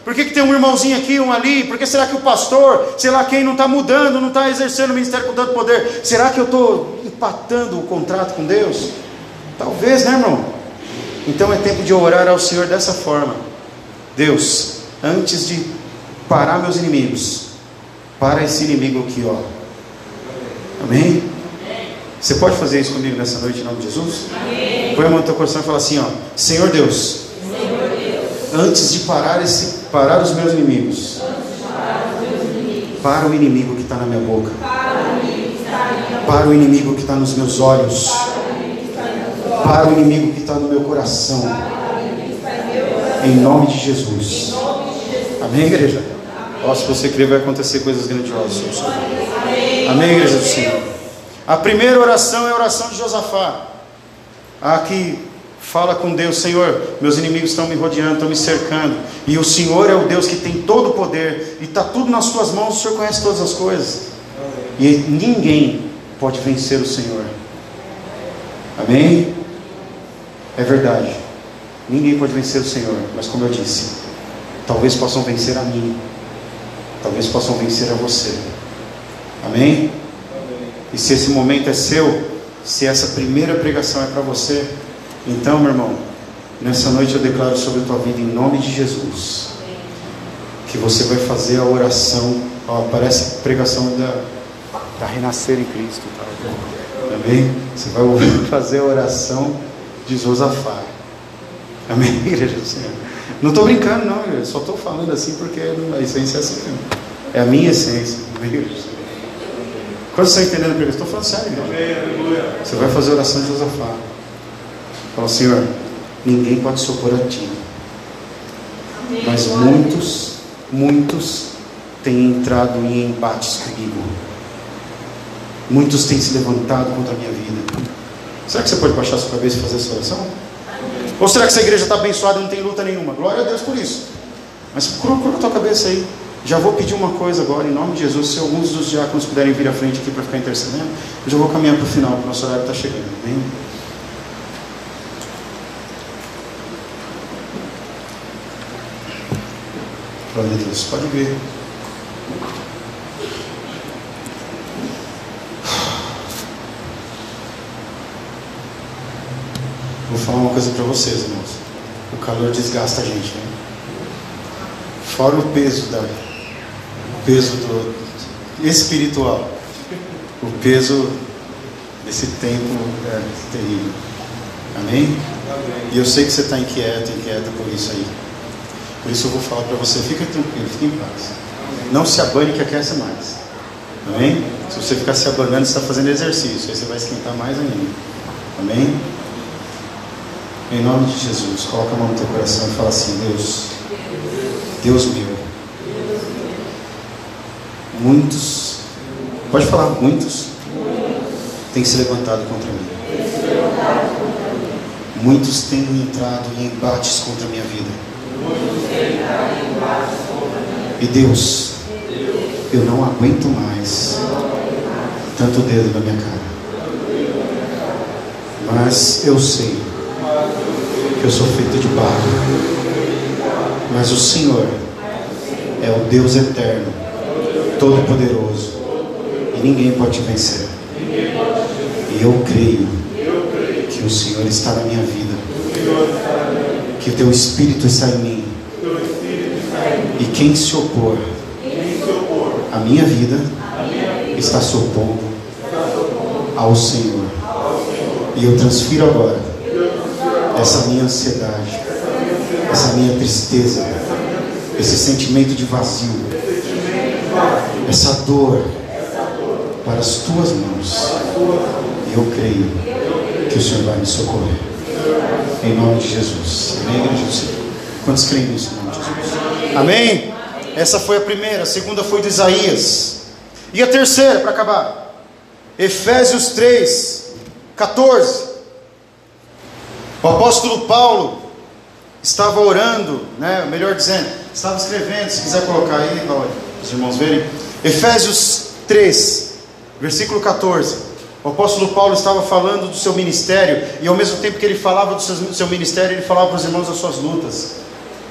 Por que, que tem um irmãozinho aqui, um ali? Por que será que o pastor, sei lá quem, não está mudando, não está exercendo o ministério com tanto poder? Será que eu estou empatando o contrato com Deus? Talvez, né, irmão? Então é tempo de orar ao Senhor dessa forma. Deus, antes de parar meus inimigos, para esse inimigo aqui, ó. Amém? Você pode fazer isso comigo nessa noite em nome de Jesus? Amém. Põe a mão no teu coração e fala assim, ó: Senhor Deus, Senhor Deus, antes de parar, esse, parar os meus inimigos, parar, os meus inimigos para o inimigo que está na minha boca, para o inimigo que está nos meus olhos, para o inimigo que está no meu coração, em nome de Jesus. Amém, igreja? Ó, se você crer, vai acontecer coisas grandiosas. Amém, igreja do Senhor. A primeira oração é a oração de Josafá. A que fala com Deus: Senhor, meus inimigos estão me rodeando, estão me cercando, e o Senhor é o Deus que tem todo o poder, e está tudo nas suas mãos, o Senhor conhece todas as coisas, e ninguém pode vencer o Senhor. Amém? É verdade, ninguém pode vencer o Senhor, mas como eu disse, talvez possam vencer a mim, talvez possam vencer a você. Amém? E se esse momento é seu, se essa primeira pregação é para você, então, meu irmão, nessa noite eu declaro sobre a tua vida, em nome de Jesus, que você vai fazer a oração. Ó, parece pregação da, da renascer em Cristo, tá? Amém? Você vai fazer a oração de Josafá. Amém, igreja do Senhor? Não estou brincando não, igreja. Só estou falando assim porque a essência é assim mesmo. É a minha essência. Amém, igreja? Quando você está entendendo a pregação? Estou falando sério, igreja. Você vai fazer a oração de Josafá. Fala: Senhor, ninguém pode se opor a ti, mas muitos, muitos têm entrado em embates comigo, muitos têm se levantado contra a minha vida. Será que você pode baixar sua cabeça e fazer essa oração? Ou será que essa igreja está abençoada e não tem luta nenhuma? Glória a Deus por isso. Mas coloca a tua cabeça aí. Já vou pedir uma coisa agora, em nome de Jesus. Se alguns dos diáconos puderem vir à frente aqui para ficar intercedendo, eu já vou caminhar para o final, porque o nosso horário está chegando. Amém? Glória a Deus, pode ver. Vou falar uma coisa para vocês, irmãos. O calor desgasta a gente, né? Fora o peso da, o peso do espiritual, o peso desse tempo é terrível. Amém? Amém. E eu sei que você está inquieto, inquieta por isso aí. Por isso eu vou falar para você: fica tranquilo, fica em paz. Não se abane, que aquece mais. Amém? Se você ficar se abanando, você está fazendo exercício, aí você vai esquentar mais ainda. Amém? Em nome de Jesus, coloca a mão no teu coração e fala assim: Deus, Deus meu, muitos, pode falar, muitos têm se levantado contra mim, muitos têm entrado em embates contra a minha vida, e Deus, eu não aguento mais tanto dedo na minha cara, mas eu sei que eu sou feito de barro, mas o Senhor é o Deus eterno, todo-poderoso, e ninguém pode te vencer. E eu creio que o Senhor está na minha vida, que o teu Espírito está em mim, e quem se opor à minha vida está se opondo ao Senhor. E eu transfiro agora essa minha ansiedade, essa minha tristeza, esse sentimento de vazio, essa dor para as tuas mãos. E eu creio que o Senhor vai me socorrer, em nome de Jesus. Amém, igreja do Senhor? Quantos creem nisso, em nome de Jesus? Amém? Essa foi a primeira. A segunda foi de Isaías. E a terceira, para acabar, Efésios três, catorze. O apóstolo Paulo estava orando, né, melhor dizendo, estava escrevendo, se quiser colocar aí, para os irmãos verem, Efésios três, versículo catorze. O apóstolo Paulo estava falando do seu ministério, e ao mesmo tempo que ele falava do seu, do seu ministério, ele falava para os irmãos das suas lutas.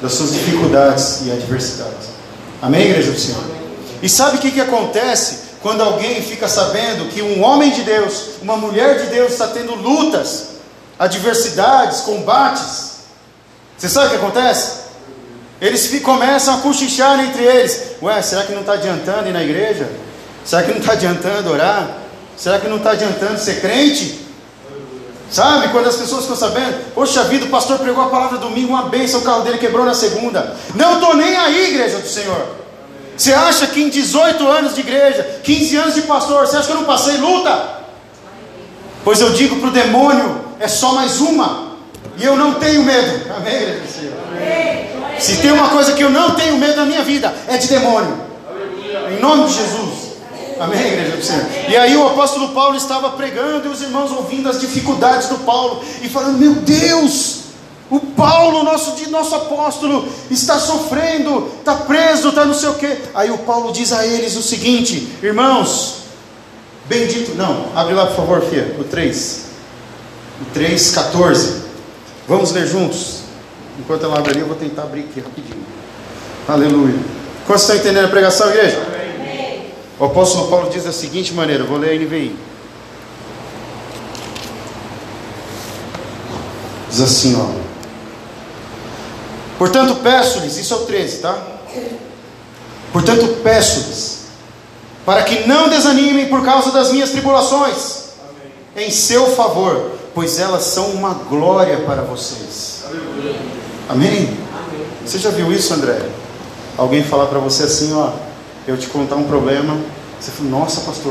das suas dificuldades e adversidades. Amém, igreja do Senhor? E sabe o que, que acontece quando alguém fica sabendo que um homem de Deus, uma mulher de Deus está tendo lutas, adversidades, combates? Você sabe o que acontece? Eles começam a cochichar entre eles. Ué, será que não está adiantando ir na igreja? Será que não está adiantando orar? Será que não está adiantando ser crente? Sabe, quando as pessoas ficam sabendo, poxa vida, o pastor pregou a palavra domingo, uma bênção, o carro dele quebrou na segunda. Não estou nem aí, igreja do Senhor. Você acha que em dezoito anos de igreja, quinze anos de pastor, você acha que eu não passei luta? Pois eu digo para o demônio, é só mais uma, e eu não tenho medo. Amém, igreja do Senhor? Se tem uma coisa que eu não tenho medo na minha vida, é de demônio. Em nome de Jesus. Amém, igreja do Senhor? E aí o apóstolo Paulo estava pregando, e os irmãos ouvindo as dificuldades do Paulo, e falando, meu Deus, o Paulo, nosso, nosso apóstolo, está sofrendo, está preso, está não sei o quê. Aí o Paulo diz a eles o seguinte, irmãos, bendito, não, abre lá por favor, filha, o três, o três, quatorze, vamos ler juntos. Enquanto ela abre ali, eu vou tentar abrir aqui rapidinho. Aleluia. Quantos estão entendendo a pregação, igreja? Amém. O apóstolo Paulo diz da seguinte maneira, vou ler a N V I. Diz assim, ó. Portanto peço-lhes, isso é o treze, tá? Portanto peço-lhes, para que não desanimem por causa das minhas tribulações, amém, em seu favor, pois elas são uma glória para vocês. Aleluia. Amém? Amém? Você já viu isso, André? Alguém falar para você assim, ó, eu te contar um problema, você fala, nossa pastor,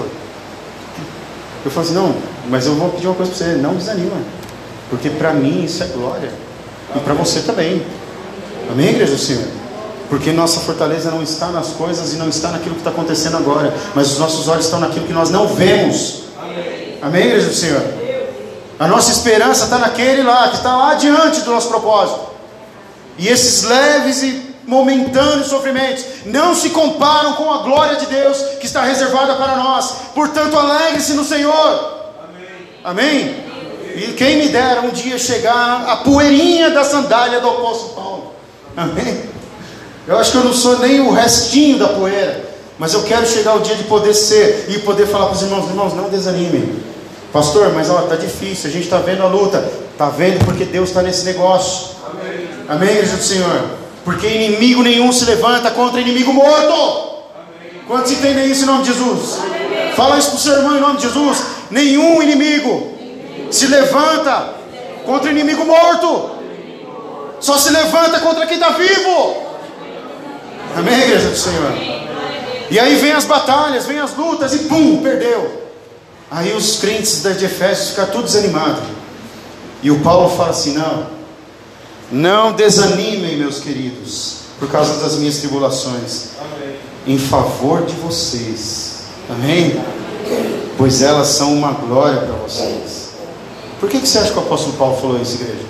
eu falo assim, não, mas eu vou pedir uma coisa para você, não desanima, porque para mim isso é glória, e para você também. Amém, igreja do Senhor? Porque nossa fortaleza não está nas coisas e não está naquilo que está acontecendo agora, mas os nossos olhos estão naquilo que nós não vemos. Amém, Amém, igreja do Senhor? A nossa esperança está naquele lá, que está lá diante do nosso propósito. E esses leves e momentâneos sofrimentos não se comparam com a glória de Deus que está reservada para nós. Portanto, alegre-se no Senhor. Amém? Amém? E quem me dera um dia chegar a poeirinha da sandália do apóstolo Paulo. Amém? Eu acho que eu não sou nem o restinho da poeira, mas eu quero chegar o dia de poder ser e poder falar para os irmãos, irmãos, não desanimem. Pastor, mas ó, tá difícil, a gente está vendo a luta. Está vendo porque Deus está nesse negócio. Amém. Amém, igreja do Senhor? Porque inimigo nenhum se levanta contra inimigo morto. Amém. Quantos entendem isso em nome de Jesus? Amém. Fala isso para o seu irmão em nome de Jesus. Nenhum inimigo se levanta contra inimigo morto. Só se levanta contra quem está vivo. Amém, igreja do Senhor? E aí vem as batalhas, vem as lutas e pum, perdeu. Aí os crentes de Efésios ficam tudo desanimados. E o Paulo fala assim, não, não desanimem, meus queridos, por causa das minhas tribulações. Amém. Em favor de vocês. Amém? Pois elas são uma glória para vocês. Por que, que você acha que o apóstolo Paulo falou isso, igreja?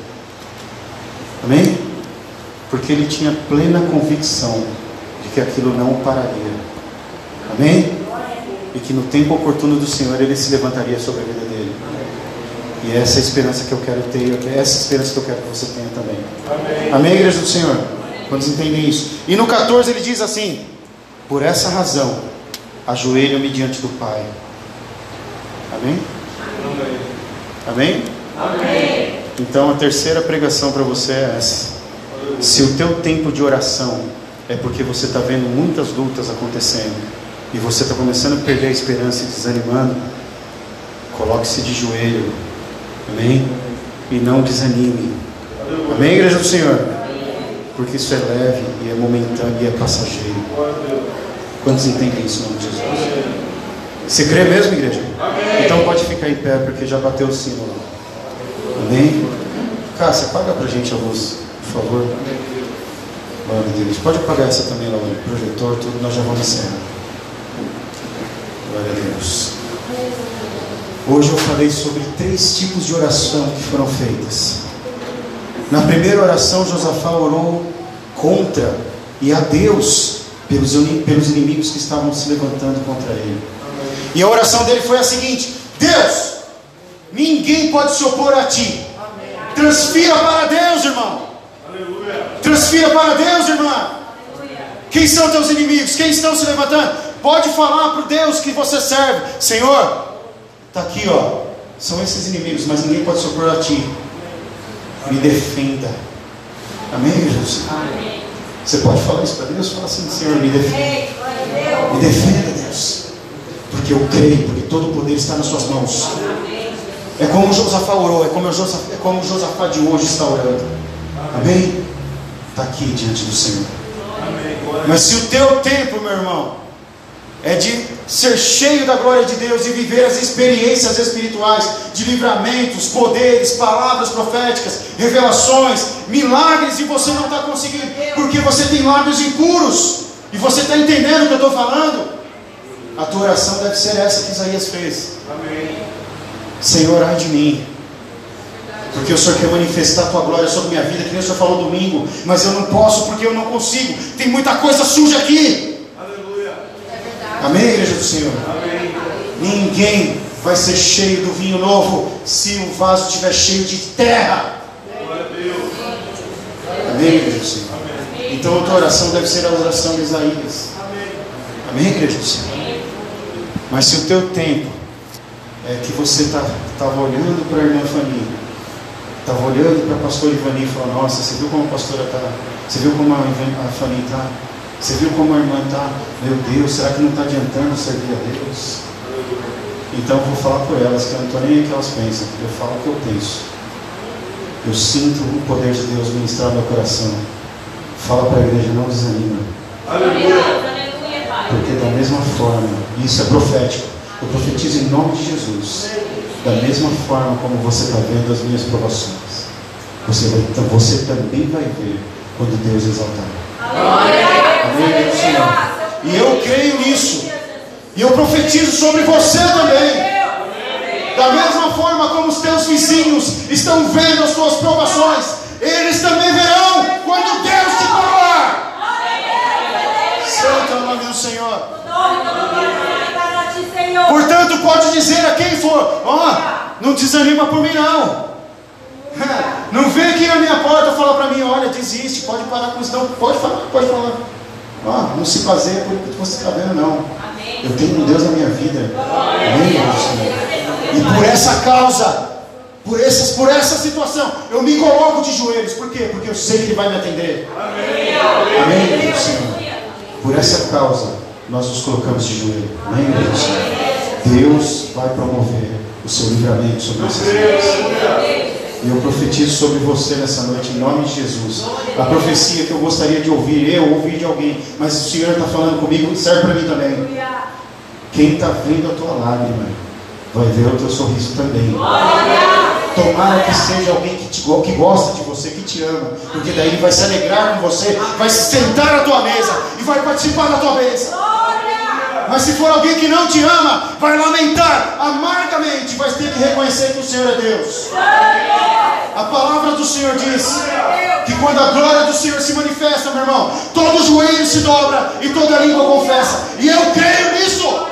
Amém? Porque ele tinha plena convicção de que aquilo não pararia. Amém? E que no tempo oportuno do Senhor ele se levantaria sobre a vida dele. E é essa a esperança que eu quero ter, é essa a esperança que eu quero que você tenha também. Amém, Amém, igreja do Senhor? Quantos entendem isso? E no quatorze ele diz assim, por essa razão ajoelho-me diante do Pai. Amém? Amém? Amém? Então a terceira pregação para você é essa. Se o teu tempo de oração é porque você está vendo muitas lutas acontecendo e você está começando a perder a esperança e desanimando, coloque-se de joelho. Amém? E não desanime. Amém, igreja do Senhor? Porque isso é leve e é momentâneo e é passageiro. Quantos entendem isso em nome de Jesus? Você crê mesmo, igreja? Então pode ficar em pé, porque já bateu o sino lá. Amém? Cássia, apaga pra gente a luz, por favor. Glória a Deus. Pode apagar essa também lá, o projetor, tudo, nós já vamos encerrar. Glória a Deus. Hoje eu falei sobre três tipos de oração que foram feitas. Na primeira oração, Josafá orou contra e a Deus pelos, pelos inimigos que estavam se levantando contra ele. E a oração dele foi a seguinte: Deus, ninguém pode se opor a ti. Transfira para Deus, irmão. Transfira dia para Deus, irmã. Quem são teus inimigos? Quem estão se levantando? Pode falar para o Deus que você serve: Senhor, está aqui, ó, são esses inimigos, mas ninguém pode socorrer a ti. Me defenda. Amém, Jesus? Amém. Você pode falar isso para Deus? Fala assim: Senhor, me defenda. Me defenda, Deus. Porque eu creio, porque todo o poder está nas suas mãos. É como o Josafá orou, é como o Josafá, é como o Josafá de hoje está orando. Amém? Está aqui diante do Senhor. Mas se o teu tempo, meu irmão, é de ser cheio da glória de Deus e viver as experiências espirituais, de livramentos, poderes, palavras proféticas, revelações, milagres, e você não está conseguindo, porque você tem lábios impuros, e você está entendendo o que eu estou falando, a tua oração deve ser essa que Isaías fez. Amém. Senhor, ai de mim, porque o Senhor quer manifestar a tua glória sobre minha vida, que nem o Senhor falou domingo, mas eu não posso, porque eu não consigo, tem muita coisa suja aqui. Aleluia. Amém, igreja do Senhor? Amém. Ninguém vai ser cheio do vinho novo se o vaso estiver cheio de terra. Amém, igreja do Senhor? Amém. Então a tua oração deve ser a oração de Isaías. Amém, igreja do Senhor? Mas se o teu tempo é que você estava tá, olhando para a irmã Fanny, estava olhando para a pastora Ivani e falou: nossa, você viu como a pastora está? Você viu como a, a Fanny está? Você viu como a irmã está? Meu Deus, será que não está adiantando servir a Deus? Então eu vou falar por elas, que eu não estou nem aí que elas pensam, eu falo o que eu penso. Eu sinto o poder de Deus ministrar no meu coração. Fala para a igreja: não desanima. Aleluia. Porque da mesma forma, isso é profético, eu profetizo em nome de Jesus, da mesma forma como você está vendo as minhas provações, você, vai, então, você também vai ver quando Deus exaltar. Amém, Senhor? E eu creio nisso, e eu profetizo sobre você também. Da mesma forma como os teus vizinhos estão vendo as tuas provações, eles também verão quando Deus te coroar. Santo é o nome do Senhor. Portanto, pode dizer a quem for: ó, oh, não desanima por mim não. Não vem aqui na minha porta falar para mim: olha, desiste, pode parar com isso não. Pode falar, pode falar. Ó, oh, não se baseia por o que você está vendo não. Eu tenho um Deus na minha vida. Amém, Senhor? E por essa causa, por, essas, por essa situação, eu me coloco de joelhos. Por quê? Porque eu sei que Ele vai me atender. Amém, Amém, Senhor? Por essa causa, nós nos colocamos de joelho. Amém, Deus? Deus vai promover o seu livramento sobre nossas vidas. E eu profetizo sobre você nessa noite, em nome de Jesus. A profecia que eu gostaria de ouvir, eu ouvi de alguém, mas o Senhor está falando comigo, serve para mim também. Quem está vendo a tua lágrima, vai ver o teu sorriso também. Tomara que seja alguém que, te, que gosta de você, que te ama, porque daí ele vai se alegrar com você, vai se sentar à tua mesa e vai participar da tua mesa. Mas se for alguém que não te ama, vai lamentar amargamente, vai ter que reconhecer que o Senhor é Deus. A palavra do Senhor diz que quando a glória do Senhor se manifesta, meu irmão, todo joelho se dobra e toda língua confessa. E eu creio nisso.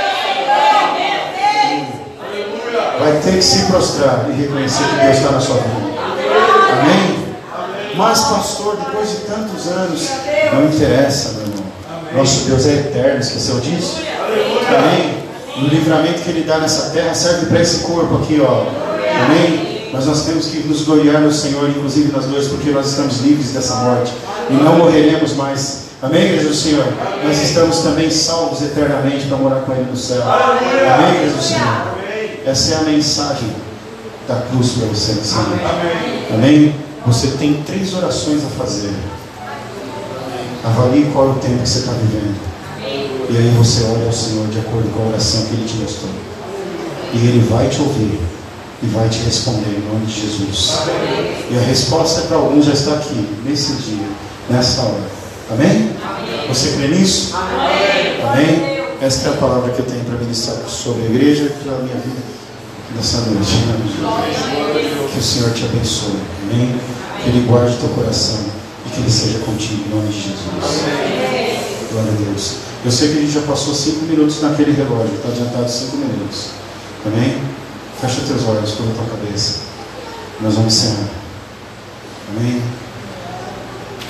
Vai ter que se prostrar e reconhecer que Deus está na sua vida. Amém? Mas, pastor, depois de tantos anos, não interessa, meu irmão. Nosso Deus é eterno, esqueceu disso? Amém? O livramento que Ele dá nessa terra serve para esse corpo aqui, ó. Amém? Mas nós temos que nos gloriar no Senhor, inclusive nós dois, porque nós estamos livres dessa morte e não morreremos mais. Amém, igreja do Senhor? Nós estamos também salvos eternamente para morar com Ele no céu. Amém, igreja do Senhor? Essa é a mensagem da cruz para você nessa noite. Amém? Você tem três orações a fazer. Avalie qual é o tempo que você está vivendo. E aí você olha ao Senhor de acordo com a oração que Ele te mostrou. E Ele vai te ouvir e vai te responder em nome de Jesus. E a resposta para alguns já está aqui, nesse dia, nessa hora. Amém? Você crê nisso? Amém? Esta é a palavra que eu tenho para ministrar sobre a igreja e para a minha vida nessa noite. Que o Senhor te abençoe. Amém? Que Ele guarde teu coração e que Ele seja contigo em nome de Jesus. Glória a Deus. Eu sei que a gente já passou cinco minutos naquele relógio. Está adiantado cinco minutos. Amém? Fecha teus olhos, curva tua cabeça. Nós vamos encerrar. Amém?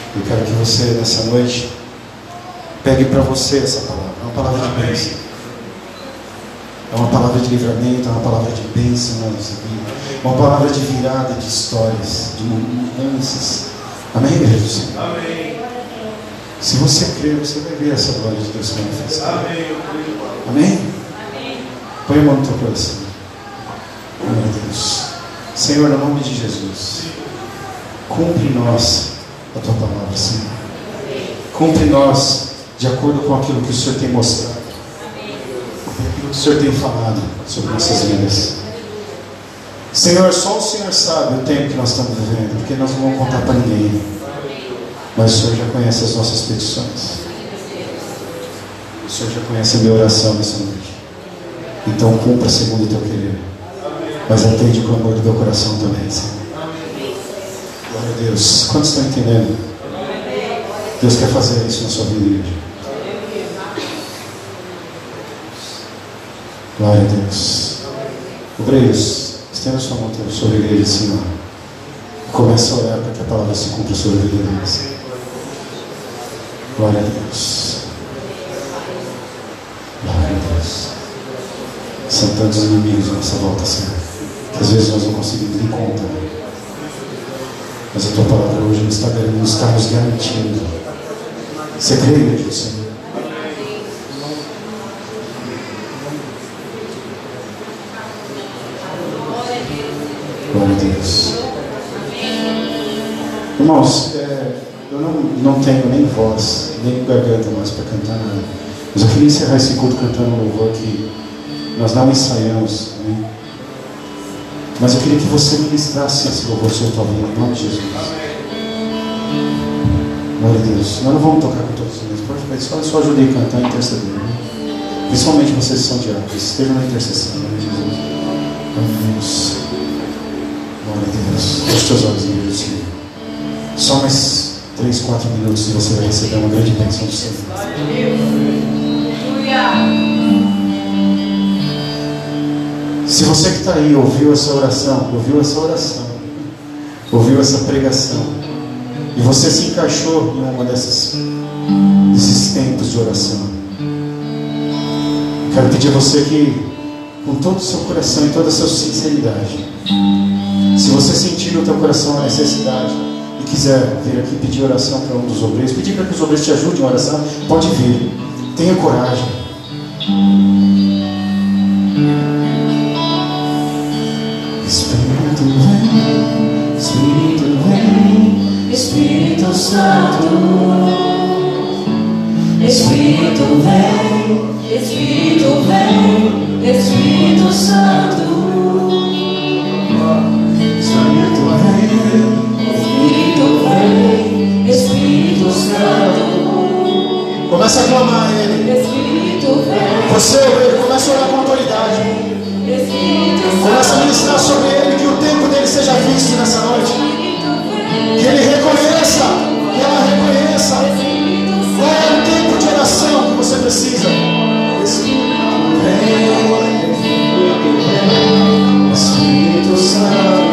Eu quero que você, nessa noite, pegue para você essa palavra. É uma palavra de bênção. É uma palavra de livramento, é uma palavra de bênção na nossa vida. Uma palavra de virada de histórias, de mudanças. Amém, igreja? Amém. Se você crer, você vai ver essa glória de Deus se manifestar. Amém. Amém? Amém. Põe a mão no teu coração. Glória a Deus. Senhor, no nome de Jesus, cumpre em nós a tua palavra, Senhor. Cumpre em nós de acordo com aquilo que o Senhor tem mostrado. Aquilo que o Senhor tem falado sobre nossas vidas. Senhor, só o Senhor sabe o tempo que nós estamos vivendo, porque nós não vamos contar para ninguém. Mas o Senhor já conhece as nossas petições. O Senhor já conhece a minha oração nessa noite. Então cumpra segundo o teu querer. Mas atende o clamor do teu coração também, Senhor. Glória a Deus. Quantos estão entendendo? Deus quer fazer isso na sua vida, igreja. Glória a Deus. Obreiros, estenda sua mão sobre a igreja, Senhor. Comece a orar para que a palavra se cumpra sobre a vida deles. Glória a Deus. Glória a Deus. São tantos inimigos à nossa volta, Senhor, que às vezes nós não conseguimos nem conta. Mas a tua palavra hoje nos está, nos está nos garantindo. Você crê, igreja, Senhor? Glória a Deus. Irmãos, é, eu não, não tenho nem voz, nem garganta mais para cantar nada. Mas eu queria encerrar esse culto cantando um louvor que nós não ensaiamos, né? Mas eu queria que você ministrasse esse louvor sobre a tua vida, em nome de Jesus. Glória a Deus. Nós não vamos tocar com todos os instrumentos, pode só, só ajudei a cantar e interceder, né? Principalmente vocês que são diáconos, estejam na intercessão, em nome de Jesus. Glória a Deus. Glória a Deus. Feche teus olhos, igreja, Senhor. Só mais três, quatro minutos e você vai receber uma grande bênção do Senhor. Se você que está aí ouviu essa oração, ouviu essa oração, ouviu essa pregação, e você se encaixou em uma dessas, desses tempos de oração, quero pedir a você que, com todo o seu coração e toda a sua sinceridade, se você sentir no teu coração a necessidade e quiser vir aqui pedir oração para um dos obreiros, pedir para que os obreiros te ajudem em oração, pode vir. Tenha coragem. Espírito vem, Espírito vem, Espírito Santo. Espírito vem, Espírito vem, Espírito Santo. Espírito vem, Espírito vem, Espírito Santo. Começa a clamar a Ele. Espírito vem. Você, obreiro, começa a orar com autoridade. Começa a ministrar sobre Ele, que o tempo dele seja visto nessa noite. Que Ele reconheça, que ela reconheça qual é o tempo de oração que você precisa. Espírito vem, Espírito Santo.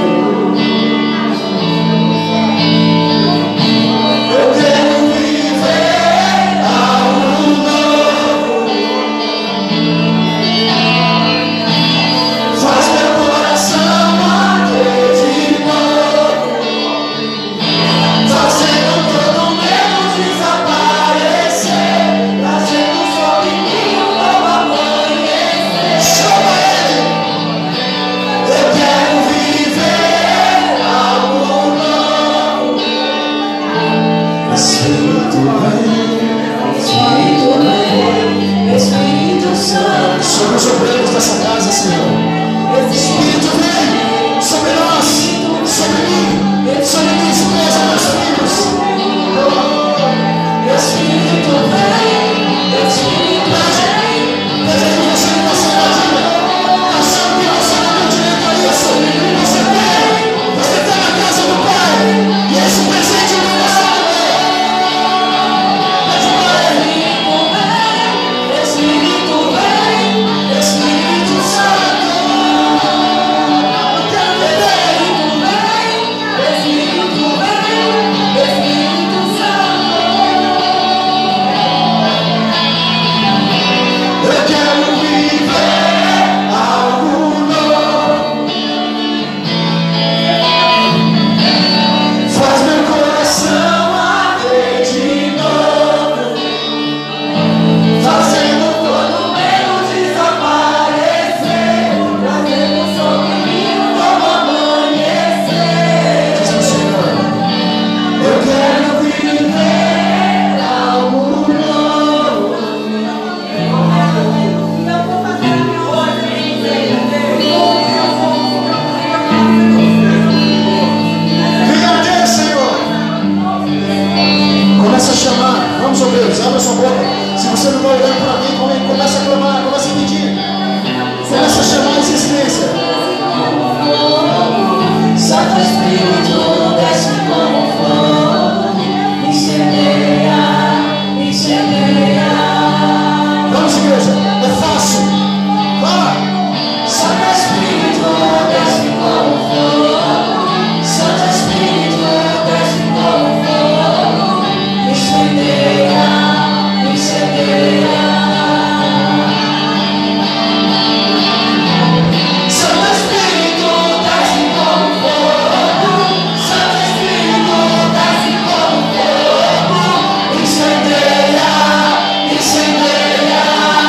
Sobre os obreiros dessa casa, Senhor. Espírito vem sobre nós, sobre mim, sobre minha esposa, meus filhos. Espírito vem, Espírito vem. Desejo que você não se imagina, achando que você não tem direito a isso. Você tem, você está na casa do Pai, e esse presente é o nosso Pai. Espírito vem, Espírito Santo. Começa a chamar. Vamos, ó Deus, abre a sua boca. Se você não está olhando para mim, começa a clamar, começa a pedir. Começa a chamar a existência. Santo Espírito, desce como fogo, incendeia, incendeia. Vamos, igreja, é fácil. Fala. Santo Espírito, desce como fogo, Santo Espírito, desce como fogo, incendeia, incendeia. Santo Espírito, desce como fogo, Santo Espírito, desce como fogo, incendeia, incendeia.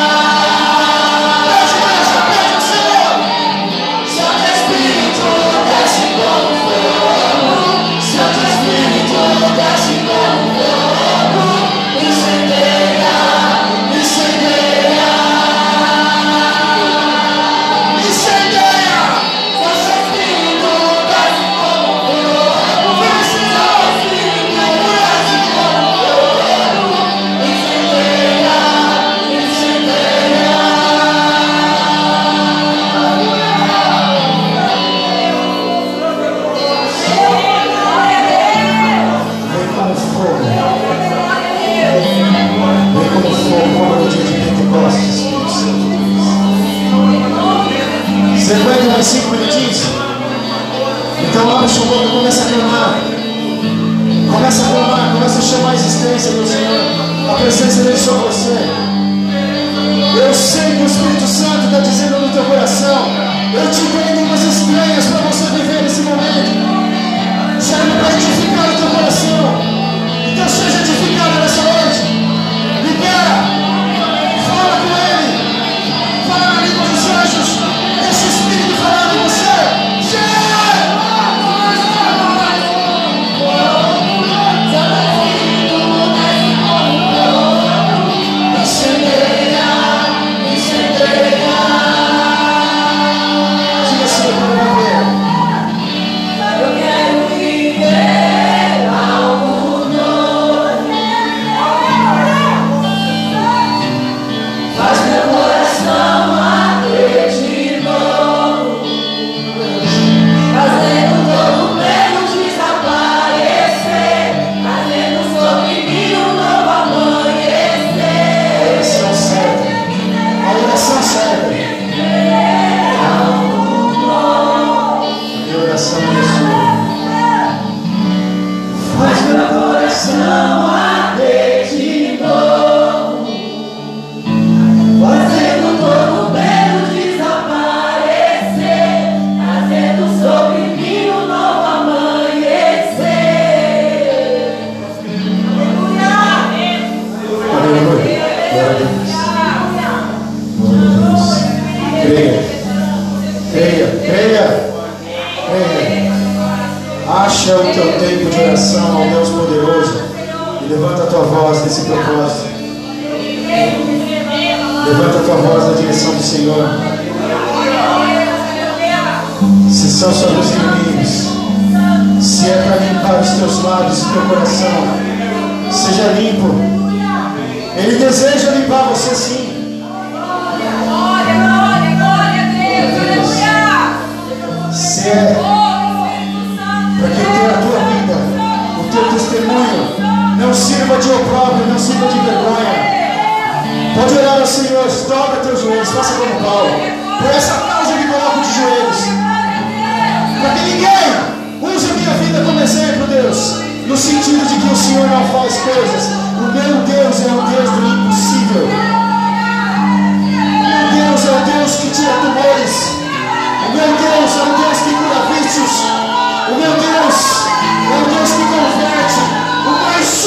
Santo Espírito, desce como fogo, Santo Espírito, desce como fogo, incendeia, incendeia. Incendeia! Santo Espírito, desce como fogo, Santo Espírito, desce como fogo, incendeia, incendeia. Vem como fogo. Vem como fogo, como no dia de Pentecostes, Espírito Santo. Você aguenta mais cinco minutinhos? Então abre sua boca e começa a clamar. Começa a clamar, começa a chamar a existência, meu Senhor. A presença dele sobre você. Eu sei que o Espírito Santo está dizendo no teu coração: eu te dei línguas estranhas para você viver nesse momento. Serve para edificar o teu coração. Então seja edificado nessa noite. Libera. Fala com ele. Fala na língua dos anjos. Deixa o Espírito falar em você. Incendeia, incendeia. Diga assim para o meu. Eu quero viver algo novo. Faz meu coração arder de novo, fazendo todo medo desaparecer, fazendo sobre mim um novo amanhecer. Oração serve. A oração serve. E a oração é sua. Faz meu coração arder de novo, fazendo todo medo desaparecer, fazendo sobre mim um novo amanhecer. Aleluia. Glória a Deus. Glória a Deus. Creia. Creia. Creia. Creia. Acha o teu tempo de oração ao Deus poderoso e levanta a tua voz nesse propósito. Levanta a tua voz na direção do Senhor. Se são sobre os inimigos, se é para limpar os teus lábios e teu coração, seja limpo. Ele deseja limpar você sim. Se é para que ter a tua vida, o teu testemunho não sirva de opróbrio, não sirva de vergonha. Pode orar ao Senhor, dobra teus joelhos, faça como Paulo. Por essa causa eu me coloco de joelhos, para que ninguém use a minha vida como exemplo, Deus, no sentido de que o Senhor não faz coisas. O meu Deus é o Deus do impossível. O meu Deus é o Deus que tira tumores. O meu Deus é o Deus que cura vícios. O meu Deus